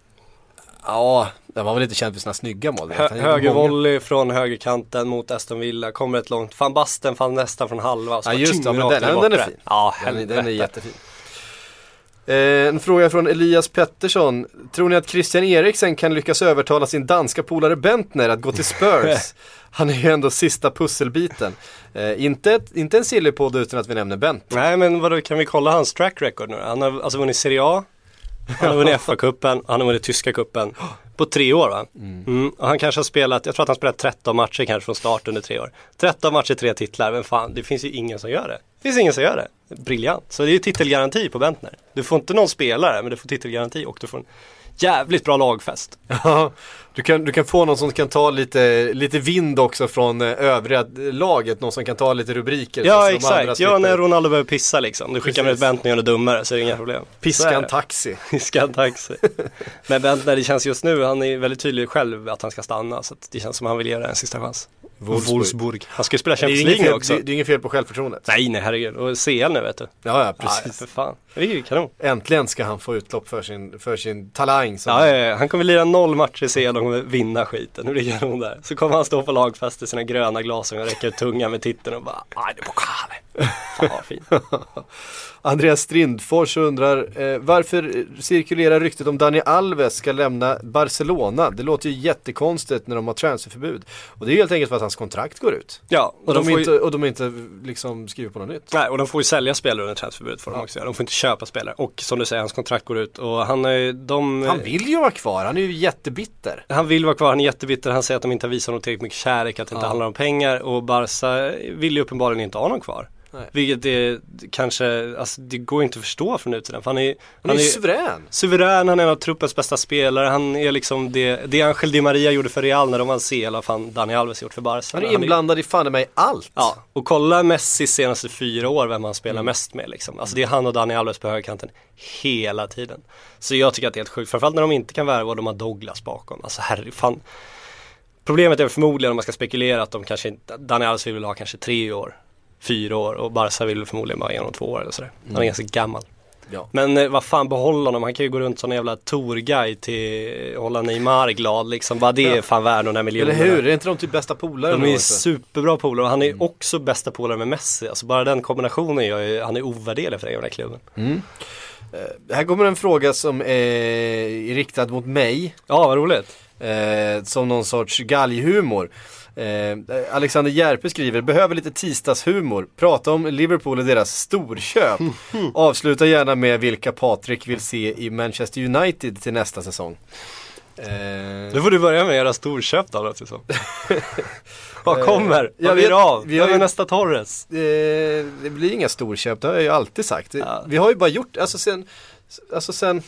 Ja, det var väl inte känt för sina snygga mål. Hö- högervolley från högerkanten mot Aston Villa. Kommer ett långt. Van Basten fann nästan från halva. Ja, just det. Men den, den, den är fin. Ja, den, den är jättefin. Eh, en fråga från Elias Pettersson. Tror ni att Christian Eriksen kan lyckas övertala sin danska polare Bentner att gå till Spurs? Han är ju ändå sista pusselbiten. Eh, inte, inte en sillypodd utan att vi nämner Bent. Nej, men vadå, kan vi kolla hans track record nu? Han har alltså vunnit Serie A. Han har vunnit F A-cupen, han har vunnit tyska kuppen på tre år va? Mm. Mm. Och han kanske har spelat, jag tror att han spelat tretton matcher kanske från start under tre år. tretton matcher, tre titlar, men fan, det finns ju ingen som gör det. Det finns ingen som gör det. Briljant. Så det är ju titelgaranti på Bentner. Du får inte någon spelare, men du får titelgaranti och du får en jävligt bra lagfest. Ja, du kan, du kan få någon som kan ta lite, lite vind också från övriga laget. Någon som kan ta lite rubriker. Ja, så exakt. Ja, när Ronaldo behöver pissa liksom. Du skickar med ett Bentner och gör det dummare så är det inga problem. Piska en taxi. Piska en taxi. Men Bentner, det känns just nu, han är väldigt tydlig själv att han ska stanna. Så att det känns som att han vill göra en sista chans. Wolfsburg. Wolfsburg. Han ska ju spela Champions League fel, också. Det, det är ingen fel på självförtroendet. Nej, nej, herregud. Och C L nu, vet du. Ja, ja, precis. Ja, för fan. Det är ju kanon. Äntligen ska han få utlopp för sin, för sin talang. Som... Ja, ja, ja, han kommer lira noll matcher i C L och kommer vinna skiten. Nu ligger han där. Så kommer han stå på lagfest i sina gröna glasögon och räcka ut tunga med titeln och bara, aj, det är pokale. Fan vad fint. Andreas Strindfors undrar eh, varför cirkulerar ryktet om Dani Alves ska lämna Barcelona? Det låter ju jättekonstigt när de har transferförbud. Och det är helt enkelt för att hans kontrakt går ut. Ja, och, och, de, de inte, ju... och de inte liksom skriver på något nytt. Nej, och de får ju sälja spelare under transferförbud för ja. dem också. De får inte köpa spelare. Och som du säger, hans kontrakt går ut. Och han, är, de... han vill ju vara kvar, han är ju jättebitter. Han vill vara kvar, han är jättebitter. Han säger att de inte har visat något tillräckligt mycket kärlek, att det inte ja. handlar om pengar. Och Barca vill ju uppenbarligen inte ha någon kvar. Nej. Vilket är kanske, alltså det går inte att förstå från utsidan. För han är, han är, han är suverän. Suverän, han är en av truppens bästa spelare. Han är liksom det, det Angel Di Maria gjorde för Real när de vann C L, fan Dani Alves gjort för Barca. Han är inblandad han är, i fan mig allt. Ja, och kolla Messi senaste fyra år vem han spelar mm. mest med liksom. Alltså det är han och Dani Alves på högerkanten hela tiden. Så jag tycker att det är helt sjukt, framförallt när de inte kan värva och de har Douglas bakom. Alltså herre, fan. Problemet är förmodligen om man ska spekulera att de kanske inte, Dani Alves vill ha kanske tre år. Fyra år och Barca vill förmodligen bara en och två år eller sådär. Han är mm. ganska gammal. Ja. Men eh, vad fan, behålla honom. Han kan ju gå runt som en jävla tourguide till hålla Neymar glad liksom. Bara det är ja. fan värd de där miljonerna. Eller hur? Är inte de typ bästa polare? De är superbra polare. Han är mm. också bästa polare med Messi. Alltså bara den kombinationen gör ju, han är ovärderlig för den här klubben. Mm. Uh, här kommer en fråga som är riktad mot mig. Ja, vad roligt. Uh, som någon sorts galghumor. Eh, Alexander Järpe skriver: behöver lite tisdagshumor. Prata om Liverpool och deras storköp. Avsluta gärna med vilka Patrik vill se i Manchester United till nästa säsong. eh, Nu får du börja med era storköp då, alltså. Vad kommer? Vad blir det av? Vi har ju nästa Torres. eh, Det blir inga storköp, det har jag ju alltid sagt. ja. Vi har ju bara gjort, alltså sen Alltså sen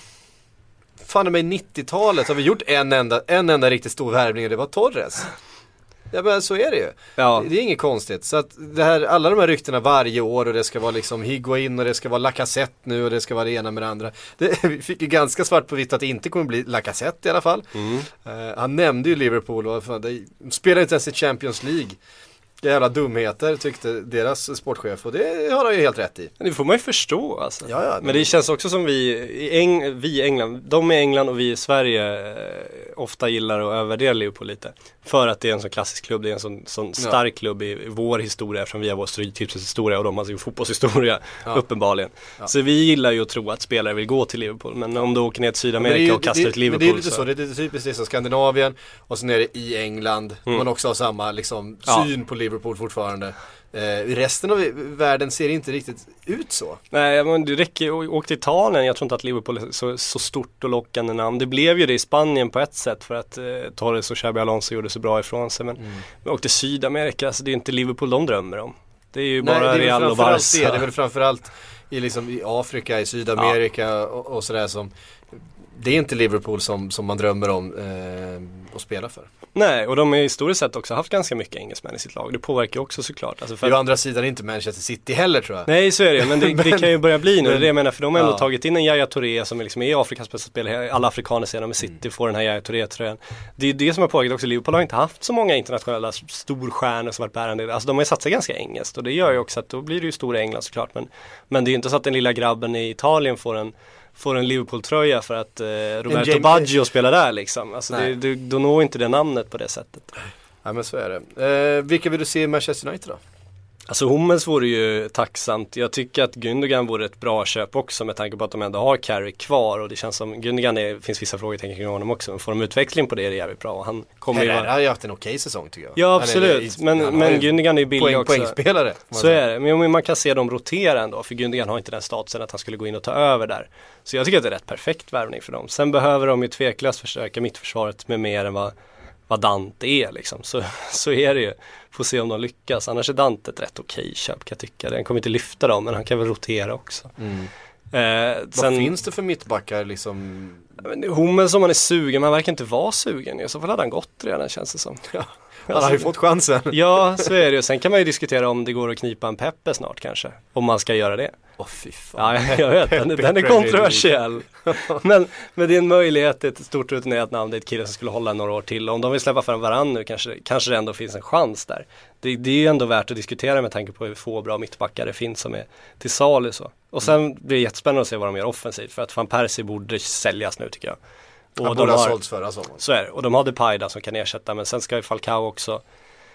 fan mig nittiotalet har vi gjort en enda, en enda riktigt stor värvning och det var Torres. Ja, men så är det ju. Ja. Det, det är inget konstigt. Så att det här, alla de här ryktena varje år och det ska vara liksom Higuain och det ska vara Lacazette nu och det ska vara det ena med det andra. Det, vi fick ju ganska svart på vitt att det inte kommer bli Lacazette i alla fall. Mm. Uh, han nämnde ju Liverpool och fan, de spelar inte ens i Champions League. Jävla dumheter tyckte deras sportchef och det har han ju helt rätt i. Det får man ju förstå alltså. Ja, ja, det... Men det känns också som vi i Eng- vi i England, de i England och vi i Sverige eh, ofta gillar att övervärdera Liverpool lite. För att det är en sån klassisk klubb, det är en sån, sån stark ja. klubb i, i vår historia eftersom vi har vår stryktipshistoria och de har sin fotbollshistoria ja. uppenbarligen. Ja. Så vi gillar ju att tro att spelare vill gå till Liverpool, men om du åker ner till Sydamerika ju, och kastar det, ut Liverpool men det är lite så... så, det är lite typiskt det som Skandinavien och sen är det i England mm. man också har samma liksom, syn ja. på Liverpool fortfarande. Eh, resten av världen ser inte riktigt ut så. Nej, men det räcker. Åk till Italien. Jag tror inte att Liverpool är så, så stort och lockande namn. Det blev ju det i Spanien på ett sätt för att eh, Torres och Xabi Alonso gjorde så bra ifrån sig. Men, mm. men åk till Sydamerika, så det är inte Liverpool de drömmer om. Det är ju Nej, bara det är Real och Barca. Det, det är väl framförallt i, liksom, i Afrika, i Sydamerika ja. och, och sådär som... Det är inte Liverpool som, som man drömmer om eh, att spela för. Nej, och de har historiskt sett också haft ganska mycket engelsmän i sitt lag. Det påverkar ju också såklart. Alltså för det är å andra sidan inte Manchester City heller tror jag. Nej, så är det, men det, men, det kan ju börja bli nu. Men, det jag menar, för de har ändå ja. tagit in en Yaya Touré som liksom är Afrikas bästa spelare. Alla afrikaner ser med City mm. får den här Yaya Touré-tröjan. Det är det som har påverkat också. Liverpool har inte haft så många internationella storstjärnor som varit bärande. Alltså de har ju satsat ganska engelskt och det gör ju också att då blir det ju stora England såklart. Men, men det är ju inte så att den lilla grabben i Italien får en får en Liverpool-tröja för att eh, Roberto James... Baggio spelar där liksom. Alltså det, det, då når inte det namnet på det sättet. Ja, men så är det. Eh, vilka vill du se i Manchester United då? Alltså Hummels vore ju tacksamt. Jag tycker att Gündogan vore ett bra köp också med tanke på att de ändå har Carrick kvar och det känns som Gündogan, det finns vissa frågetecken kring honom också, men får de utveckling på det är det jävligt bra och han kommer ju vara... Han har ju haft en okej säsong tycker jag. Ja absolut, eller, men, men Gündogan är ju billig poäng, också. Poängspelare. Så är det, men man kan se dem rotera ändå för Gündogan har inte den statusen att han skulle gå in och ta över där. Så jag tycker att det är rätt perfekt värvning för dem. Sen behöver de ju tveklöst försöka mittförsvaret med mer än vad vad Dante är liksom, så, så är det ju. Får se om de lyckas, annars är Dante ett rätt okej köp kan jag tycka. Den kommer inte lyfta dem, men han kan väl rotera också. Mm. Eh, vad sen, finns det för mittbackar liksom? Hummels som man är sugen, man verkar inte vara sugen. I så fall hade han gått redan känns det som. Ja. Han har ju fått chansen. Ja, så är det ju. Sen kan man ju diskutera om det går att knipa en Peppe snart kanske. Om man ska göra det. Åh oh, fy fan. Ja, jag vet. Den, den är kontroversiell. men, men det är en möjlighet, ett stort rutinerat namn. Det är ett kille som skulle hålla några år till. Om de vill släppa fram varandra nu kanske, kanske det ändå finns en chans där. Det, det är ju ändå värt att diskutera med tanke på hur få bra mittbackar det finns som är till salu så. Och sen mm. blir det jättespännande att se vad de gör offensivt. För att Van Persie borde säljas nu tycker jag. Och de har sålts förra sommaren. Så är det. Och de har Depay som kan ersätta. Men sen ska ju Falcao också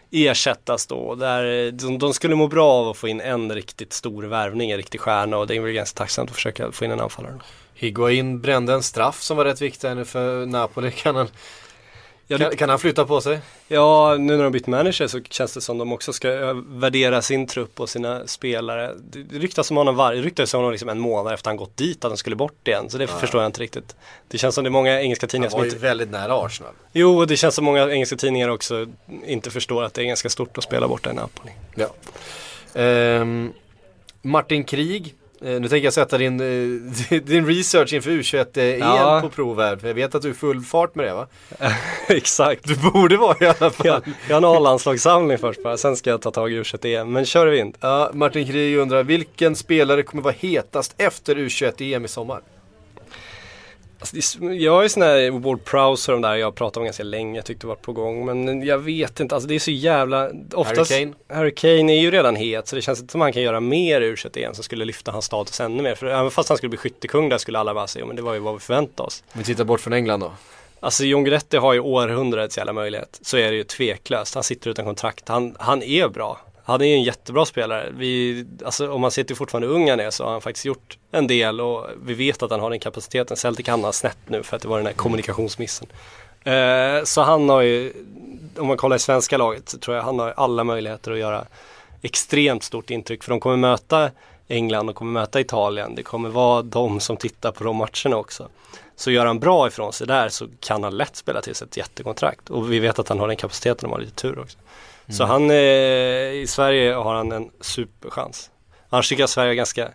ersättas då. Där de, de skulle må bra av att få in en riktigt stor värvning, en riktig stjärna, och det är väl ganska tacksamt att försöka få in en anfallare. Higuain brände en straff som var rätt viktig för Napoli. Kan han, ja, kan, det, kan han flytta på sig? Ja, nu när de bytt manager så känns det som de också ska värdera sin trupp och sina spelare. Det ryktas om honom, var, det ryktas om honom liksom en månad efter han gått dit att han skulle bort igen. Så det ja. förstår jag inte riktigt. Det känns som det är många engelska tidningar som inte... Han var ju väldigt nära Arsenal. Jo, det känns som många engelska tidningar också inte förstår att det är ganska stort att spela borta i Napoli. Ja. Ehm, Martin Krig. Nu tänker jag sätta din, din research inför U tjugoett-E M ja. på prov här. För jag vet att du är full fart med det, va? Exakt. Du borde vara i alla fall. Jag, jag har en A-landslagssamling först bara. Sen ska jag ta tag i U tjugoett-E M. Men kör vi inte. Ja, Martin Krig undrar, vilken spelare kommer vara hetast efter U tjugoett-E M i sommar? Alltså, jag är sån här Ward Prowse och de där jag pratat om ganska länge, jag tyckte det var på gång, men jag vet inte, alltså det är så jävla oftast, Harry Kane Harry Kane är ju redan het, så det känns inte som han kan göra mer ur sig igen som skulle lyfta hans status ännu mer, för även fast han skulle bli skyttekung där skulle alla bara säga, men det var ju vad vi förväntade oss. Vi tittar bort från England då. Alltså John Guidetti har ju århundradets jävla möjlighet, så är det ju tveklöst, han sitter utan kontrakt, han, han är bra. Han är ju en jättebra spelare. Vi, alltså, om man ser till fortfarande unga är så har han faktiskt gjort en del och vi vet att han har den kapaciteten. Celtic hamnar snett nu för att det var den här kommunikationsmissen. Eh, så han har ju, om man kollar i svenska laget så tror jag han har alla möjligheter att göra extremt stort intryck. För de kommer möta England och kommer möta Italien. Det kommer vara de som tittar på de matcherna också. Så gör han bra ifrån sig där så kan han lätt spela till sig ett jättekontrakt. Och vi vet att han har den kapaciteten och har lite tur också. Mm. Så han, eh, i Sverige har han en superchans. Annars tycker jag Sverige är ganska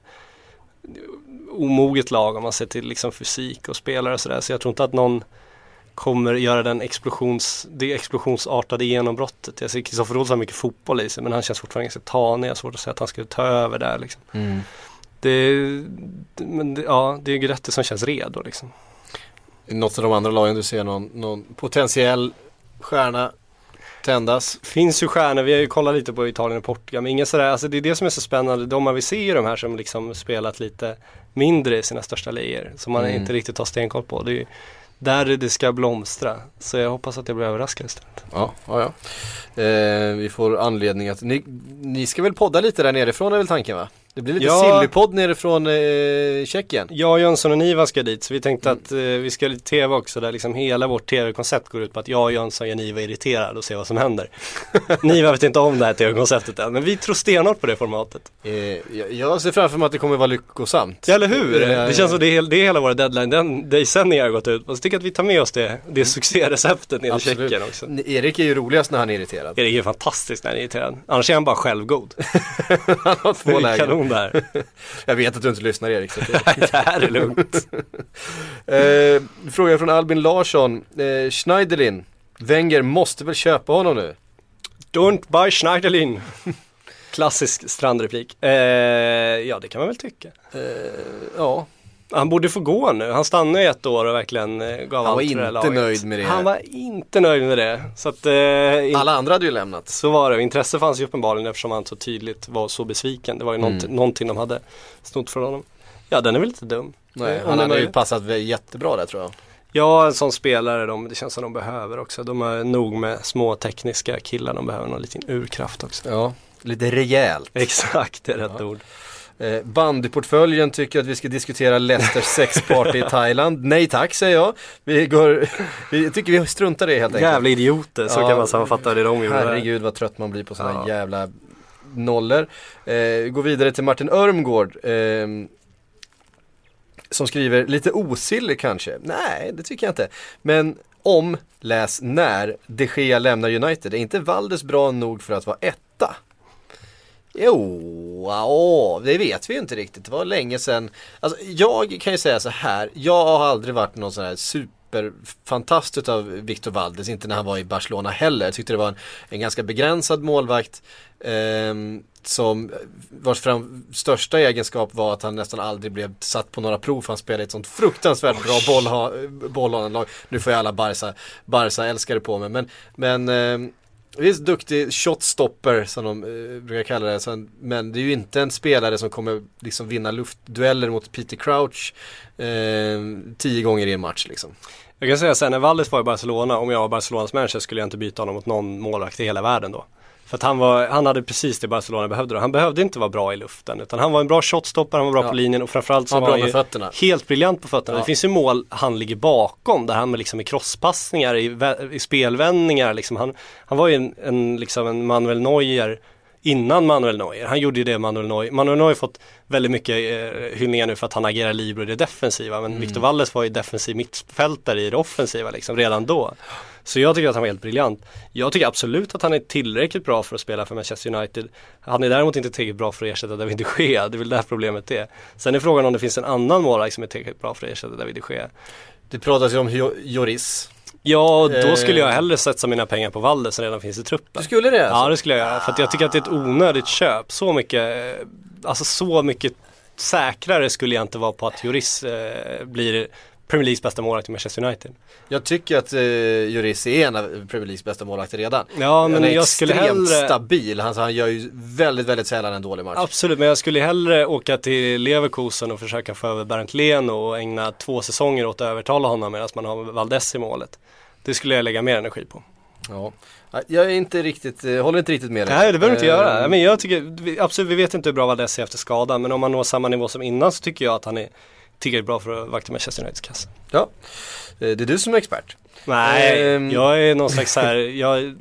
omoget lag om man ser till liksom fysik och spelare och sådär. Så jag tror inte att någon kommer göra den explosions, det explosionsartade genombrottet. Jag ser Kristoffer Olsson har mycket fotboll i sig, men han känns fortfarande ganska tanig. Jag har svårt att säga att han skulle ta över där liksom. Mm. Det, men det, ja, det är Guidetti som känns redo liksom. Något av de andra lagen du ser någon, någon potentiell stjärna tändas? Finns ju stjärnor, vi har ju kollat lite på Italien och Portugal, men inga sådär, alltså det är det som är så spännande, de man vill se ju de här som liksom spelat lite mindre i sina största ligor, som man mm. inte riktigt har stenkoll på, det är ju där det ska blomstra, så jag hoppas att jag blir överraskad istället. Ja, ja, ja. Eh, vi får anledning att, ni, ni ska väl podda lite där nerifrån är väl tanken, va? Det blir lite ja, sillypodd nerifrån eh, Tjeckien. Jag, Jönsson och Niva ska dit, så vi tänkte mm. att eh, vi ska lite tv också, där liksom hela vårt tv-koncept går ut på att jag, Jönsson och Niva är irriterad och ser vad som händer. Niva vet inte om det här tv-konceptet än, men vi tror stenhårt på det formatet. Eh, jag, jag ser framför mig att det kommer vara lyckosamt. Ja, eller hur? Eh, det känns som det är, det är hela våra deadline, den, det sändningar har gått ut. Och så tycker jag att vi tar med oss det, det succéreceptet nere i Tjeckien också. Erik är ju roligast när han är irriterad. Erik är fantastisk när han är irriterad. Annars är han bara självgod. Han har två lägen. Kanon där. Jag vet att du inte lyssnar, Erik. Så det här är lugnt. eh, fråga från Albin Larsson. Eh, Schneiderlin. Wenger måste väl köpa honom nu? Don't buy Schneiderlin. Klassisk strandreplik. Eh, ja, det kan man väl tycka. Eh, ja. Han borde få gå nu. Han stannade i ett år och verkligen gav allt för det laget. Han var inte nöjd med det. Han var inte nöjd med det. Så att, eh, in... Alla andra hade ju lämnat. Så var det. Intresse fanns ju uppenbarligen eftersom han så tydligt var så besviken. Det var ju mm. någonting, någonting de hade snott från honom. Ja, den är väl lite dum. Nej, han hade ju passat jättebra där, tror jag. Ja, en sån spelare, de, det känns som de behöver också. De är nog med små tekniska killar. De behöver någon liten urkraft också. Ja, lite rejält. Exakt, det är rätt ja. ord. Eh, bandyportföljen tycker att vi ska diskutera Leicesters sexparty i Thailand. Nej tack, säger jag. Vi går, vi tycker vi struntar det helt enkelt. Jävla idioter, så ja, kan man sammanfatta det de gjorde. Herregud vad trött man blir på sådana ja. jävla nollor. Eh, går vidare till Martin Örmgård. Eh, som skriver, lite osillig kanske. Nej, det tycker jag inte. Men om, läs när, De Gea lämnar United. Är inte Valdes bra nog för att vara etta? Jo, ja, det vet vi ju inte riktigt. Det var länge sedan. Alltså, jag kan ju säga så här. Jag har aldrig varit någon sån här superfantast av Victor Valdes. Inte när han var i Barcelona heller. Jag tyckte det var en, en ganska begränsad målvakt. Eh, som vars fram, största egenskap var att han nästan aldrig blev satt på några prov. Han spelade ett sånt fruktansvärt bra bollha, bollhållanlag. Nu får jag alla Barca, Barca älskare på mig. Men, men eh, det är en duktig shotstopper som de eh, brukar kalla det. Så, men det är ju inte en spelare som kommer liksom vinna luftdueller mot Peter Crouch eh, tio gånger i en match liksom. Jag kan säga sen när Valdes var i Barcelona, om jag var Barcelonas manager skulle jag inte byta honom mot någon målvakt i hela världen då. För att han, var, han hade precis det Barcelona behövde då. Han behövde inte vara bra i luften, utan han var en bra shotstopper, han var bra ja. på linjen och framförallt så han var han bra ju fötterna. helt briljant på fötterna. Ja. Det finns ju mål han ligger bakom, där han med liksom i crosspassningar, i, i spelvändningar liksom. han, han var ju en, en, liksom en Manuel Neuer innan Manuel Neuer. Han gjorde ju det Manuel Neuer. Manuel Neuer har fått väldigt mycket eh, hyllningar nu för att han agerar libero i det defensiva, men mm. Victor Valles var ju defensiv mittfältare i det offensiva liksom, redan då. Så jag tycker att han var helt briljant. Jag tycker absolut att han är tillräckligt bra för att spela för Manchester United. Han är däremot inte tillräckligt bra för att ersätta David de Gea. Det är väl det här problemet är. Sen är frågan om det finns en annan målvakt som är tillräckligt bra för att ersätta David de Gea. Det pratas ju om jo- Lloris. Ja, då skulle jag hellre sätta mina pengar på Valdes som redan finns i truppen. Du skulle det? Alltså? Ja, det skulle jag göra. För att jag tycker att det är ett onödigt köp. Så mycket, alltså så mycket säkrare skulle jag inte vara på att Lloris eh, blir Premier Leagues bästa målvakt i Manchester United. Jag tycker att eh, Lloris är en av Premier Leagues bästa målvakter redan. Ja, men han är jag extremt skulle hellre... stabil. Han, han gör ju väldigt, väldigt sällan en dålig match. Absolut, men jag skulle hellre åka till Leverkusen och försöka få över Bernd Leno och ägna två säsonger åt att övertala honom medan man har Valdes i målet. Det skulle jag lägga mer energi på. Ja, jag är inte riktigt, jag håller inte riktigt med dig. Nej, det behöver du inte göra. Men jag tycker, absolut, vi vet inte hur bra Valdes är efter skadan, men om man når samma nivå som innan så tycker jag att han är tillräckligt bra för att vakta Manchester Uniteds kassa. Ja, det är du som är expert. Nej, um... jag är någon slags så här, jag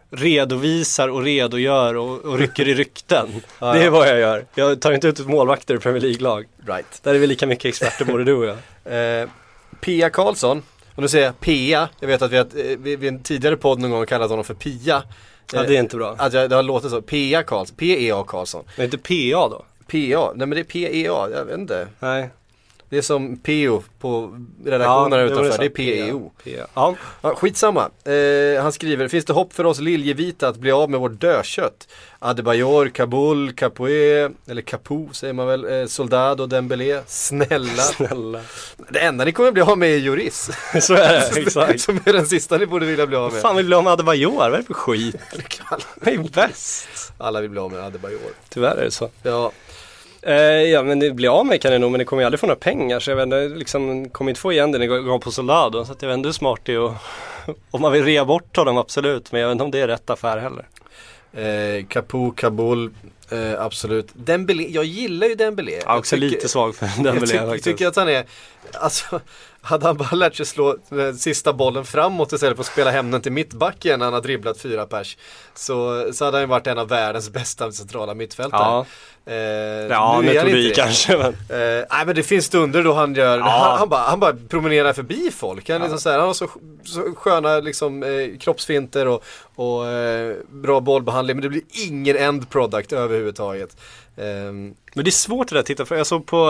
redovisar och redogör och, och rycker i rykten. Ja, det är ja. vad jag gör. Jag tar inte ut ett målvakter i Premier League-lag. Right. Där är vi lika mycket experter, både du och jag. Uh, Pia Karlsson. Och nu säger jag Pia, jag vet att vi har vid en tidigare podd någon gång kallat honom för Pia. Ja, det är inte bra. Att jag, det har låtit så, Pia Karlsson, P E A Karlsson. Men inte P A då? P A, nej men det är P E A, jag vet inte. Nej. Det är som P O på redaktionerna ja, utanför, det, det är P E O. P A. Ja. Ja, skitsamma. Eh, han skriver, finns det hopp för oss liljevita att bli av med vårt dödkött? Adebayor, Kabul, Capoe, eller Capo säger man väl, eh, Soldado, Dembélé, snälla. Snälla. Det enda ni kommer bli av med är Lloris. Så är det, exakt. Som är den sista ni borde vilja bli av med. Fan, vill bli av med Adebayor, vad är det för skit? Det är bäst. Alla vill bli av med Adebayor. Tyvärr är det så. Ja. Eh, ja, men det blir av mig kan det nog, men det kommer ju aldrig få några pengar, så jag vet inte, liksom, kommer inte få igen det när jag går på Soldado, så att jag vet inte hur smart det är och, om man vill rea bort honom, absolut, men jag vet inte om det är rätt affär heller. Eh, Capo, Kabul, eh, absolut. Dembélé, jag gillar ju Dembélé. Ja, också tycker, lite svag för Dembélé. Jag tycker, tycker att han är, alltså, hade han bara lärt sig slå den sista bollen framåt istället för att spela hem den till mittbacken när han har dribblat fyra pers, så, så hade han varit en av världens bästa centrala mittfältare. Ja. Eh, ja, metodik kanske. Men. Eh, nej, men det finns stunder då han gör, ja. han, han, bara, han bara promenerar förbi folk. Han, ja. liksom så här, han har så, så sköna liksom, eh, kroppsfinter och, och eh, bra bollbehandling, men det blir ingen end product överhuvudtaget. Eh, men det är svårt det där att titta för. Jag såg på,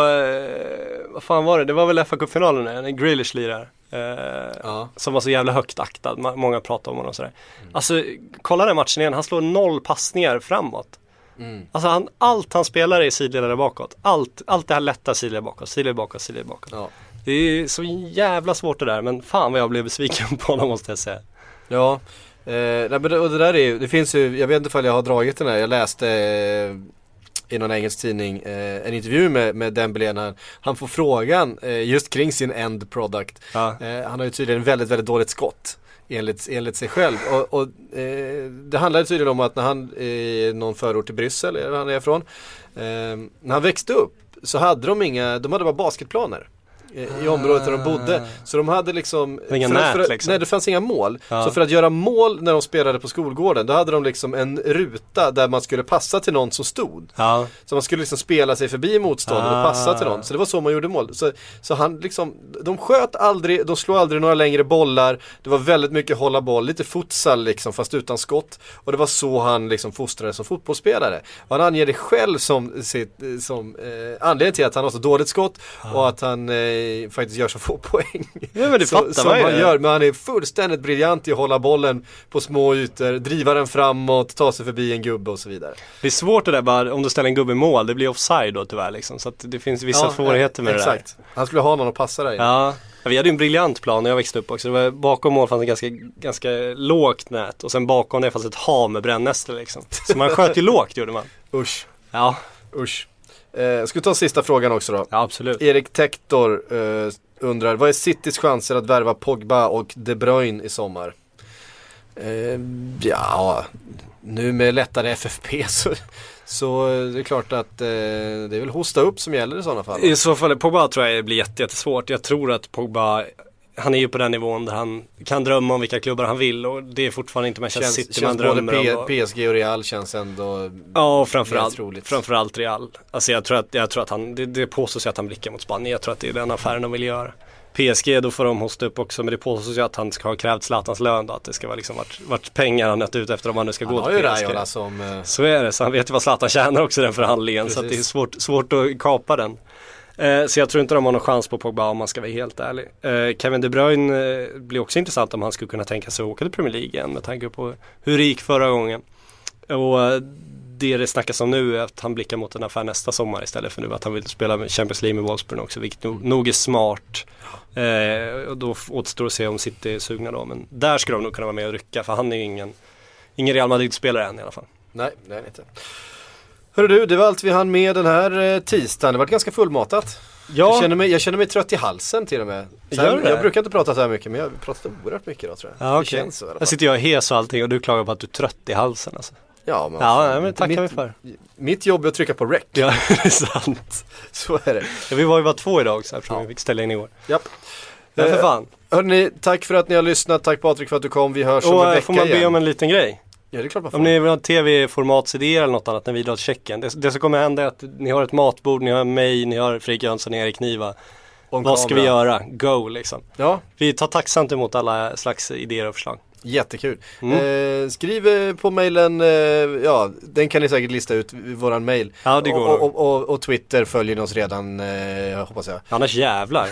eh, vad fan var det? Det var väl F A Cup-finalen när Grealish lirar. Eh, ja. Som var så jävla högt aktad. Många pratar om honom och sådär. Mm. Alltså, kolla den matchen igen. Han slår noll passningar framåt. Mm. Alltså han, allt han spelar är sidledare bakåt. Allt, allt det här lätta sidledare bakåt, sidledare bakåt, sidledare bakåt. Ja. Det är så jävla svårt det där, men fan vad jag blev besviken på honom, måste jag säga. Ja, eh, nej, men det, och det där är ju, det finns ju, jag vet inte ifall jag har dragit den här, jag läste eh, i någon engelsk tidning eh, en intervju med, med Dembélé när han får frågan eh, just kring sin end product. Ja. Eh, han har ju tydligen väldigt, väldigt dåligt skott. Enligt, enligt sig själv och, och eh, det handlar tydligen om att när han i någon förort till Bryssel eller han är ifrån eh, när han växte upp så hade de inga, de hade bara basketplaner i området där de bodde. Så de hade liksom, inga för, nät, för, liksom. Nej, det fanns inga mål. Ja. Så för att göra mål när de spelade på skolgården, då hade de liksom en ruta där man skulle passa till någon som stod. Ja. Så man skulle liksom spela sig förbi motståndaren ah. och passa till någon. Så det var så man gjorde mål. Så, så han liksom, de sköt aldrig, de slog aldrig några längre bollar. Det var väldigt mycket hålla boll, lite futsal liksom, fast utan skott. Och det var så han liksom fostrade som fotbollsspelare. Och han anger det själv som, sitt, som eh, anledning till att han har så dåligt skott ah. och att han eh, faktiskt gör så få poäng. Ja, men det så, som man han gör, men han är fullständigt briljant i att hålla bollen på små ytor, driva den framåt, ta sig förbi en gubbe och så vidare. Det är svårt det där bara, om du ställer en gubbe i mål, det blir offside då tyvärr liksom, så att det finns vissa ja, svårigheter med exakt. Det där. Han skulle ha någon att passa där. Ja, vi hade ju en briljant plan när jag växte upp också. Det var, bakom mål fanns ett ganska, ganska lågt nät och sen bakom det fanns ett hav med brännässlor liksom. Så man sköt ju lågt, gjorde man. Usch. Ja. Usch. Eh, ska vi ta sista frågan också då? Ja, absolut. Erik Tektor eh, undrar, vad är Citys chanser att värva Pogba och De Bruyne i sommar? Eh, ja, nu med lättare F F P så, så det är klart att eh, det är väl hosta upp som gäller i sådana fall. I så fall, Pogba tror jag blir jätte, jättesvårt. Jag tror att Pogba, han är ju på den nivån där han kan drömma om vilka klubbar han vill och det är fortfarande inte Manchester City känns man drömmer både P- om. P S G och Real känns ändå. Ja, och framförallt, framförallt Real. Alltså jag tror att, jag tror att han, det, det påstås att han blickar mot Spanien. Jag tror att det är den affären de vill göra. P S G, då får de hosta upp också, men det påstås ju att han ska ha krävt Zlatans lön då, att det ska vara liksom vart, vart pengar han nött ut efter om han nu ska han gå har till ju P S G. Raiola som, uh... Så är det, så han vet ju vad Zlatan tjänar också i den förhandlingen. Precis. Så att det är svårt, svårt att kapa den. Eh, så jag tror inte de har någon chans på Pogba om man ska vara helt ärlig. Eh, Kevin De Bruyne eh, blir också intressant om han skulle kunna tänka sig att åka till Premier League igen med tanke på hur det gick förra gången. Och eh, det det snackas om nu är att han blickar mot en affär nästa sommar istället för nu att han vill spela med Champions League med Wolfsburg också, vilket nog, nog är smart. Eh, och då återstår att se om City är sugna då, men där skulle de nog kunna vara med och rycka, för han är ju ingen, ingen Real Madrid-spelare än i alla fall. Nej, det är inte. Hörru du, det var allt vi hann med den här eh, tisdagen. Det var ganska fullmatat. Ja. Jag, känner mig, jag känner mig trött i halsen till och med. Så här, jag brukar inte prata så här mycket, men jag pratar oerhört mycket då, tror jag. Ja, okay. Det känns så i alla fall. Jag sitter jag hes och allting och du klagar på att du är trött i halsen alltså. Ja, men, ja, nej, men tackar mitt, vi för. Mitt jobb är att trycka på rec. Ja, det är sant. Så är det. Ja, vi var ju bara två idag också eftersom ja. vi fick ställa in i år. Japp. Men för fan. Eh, hörrni, tack för att ni har lyssnat. Tack Patrik för att du kom. Vi hörs om en vecka igen. Och får man be om en liten grej? Ja, det är klart man får. Om ni vill ha tv-formatsidéer eller något annat när vi drar till Tjeckien. Det, det som kommer hända är att ni har ett matbord, ni har mig, ni har Fredrik Jönsson, ni har Erik Kniva. Vad ska vi göra? Go liksom. Ja. Vi tar tacksamt emot alla slags idéer och förslag. Jättekul. Mm. Eh, skriv på mejlen, eh, ja, den kan ni säkert lista ut, våran mejl. Ja, det går. Och, och, och, och Twitter följer oss redan, eh, hoppas jag. Annars jävlar.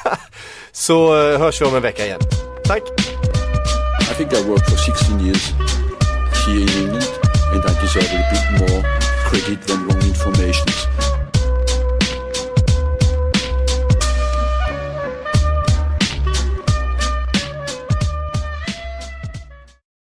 Så eh, hörs vi om en vecka igen. Tack. I think I worked for sixteen years here in England and I deserve a bit more credit than wrong information.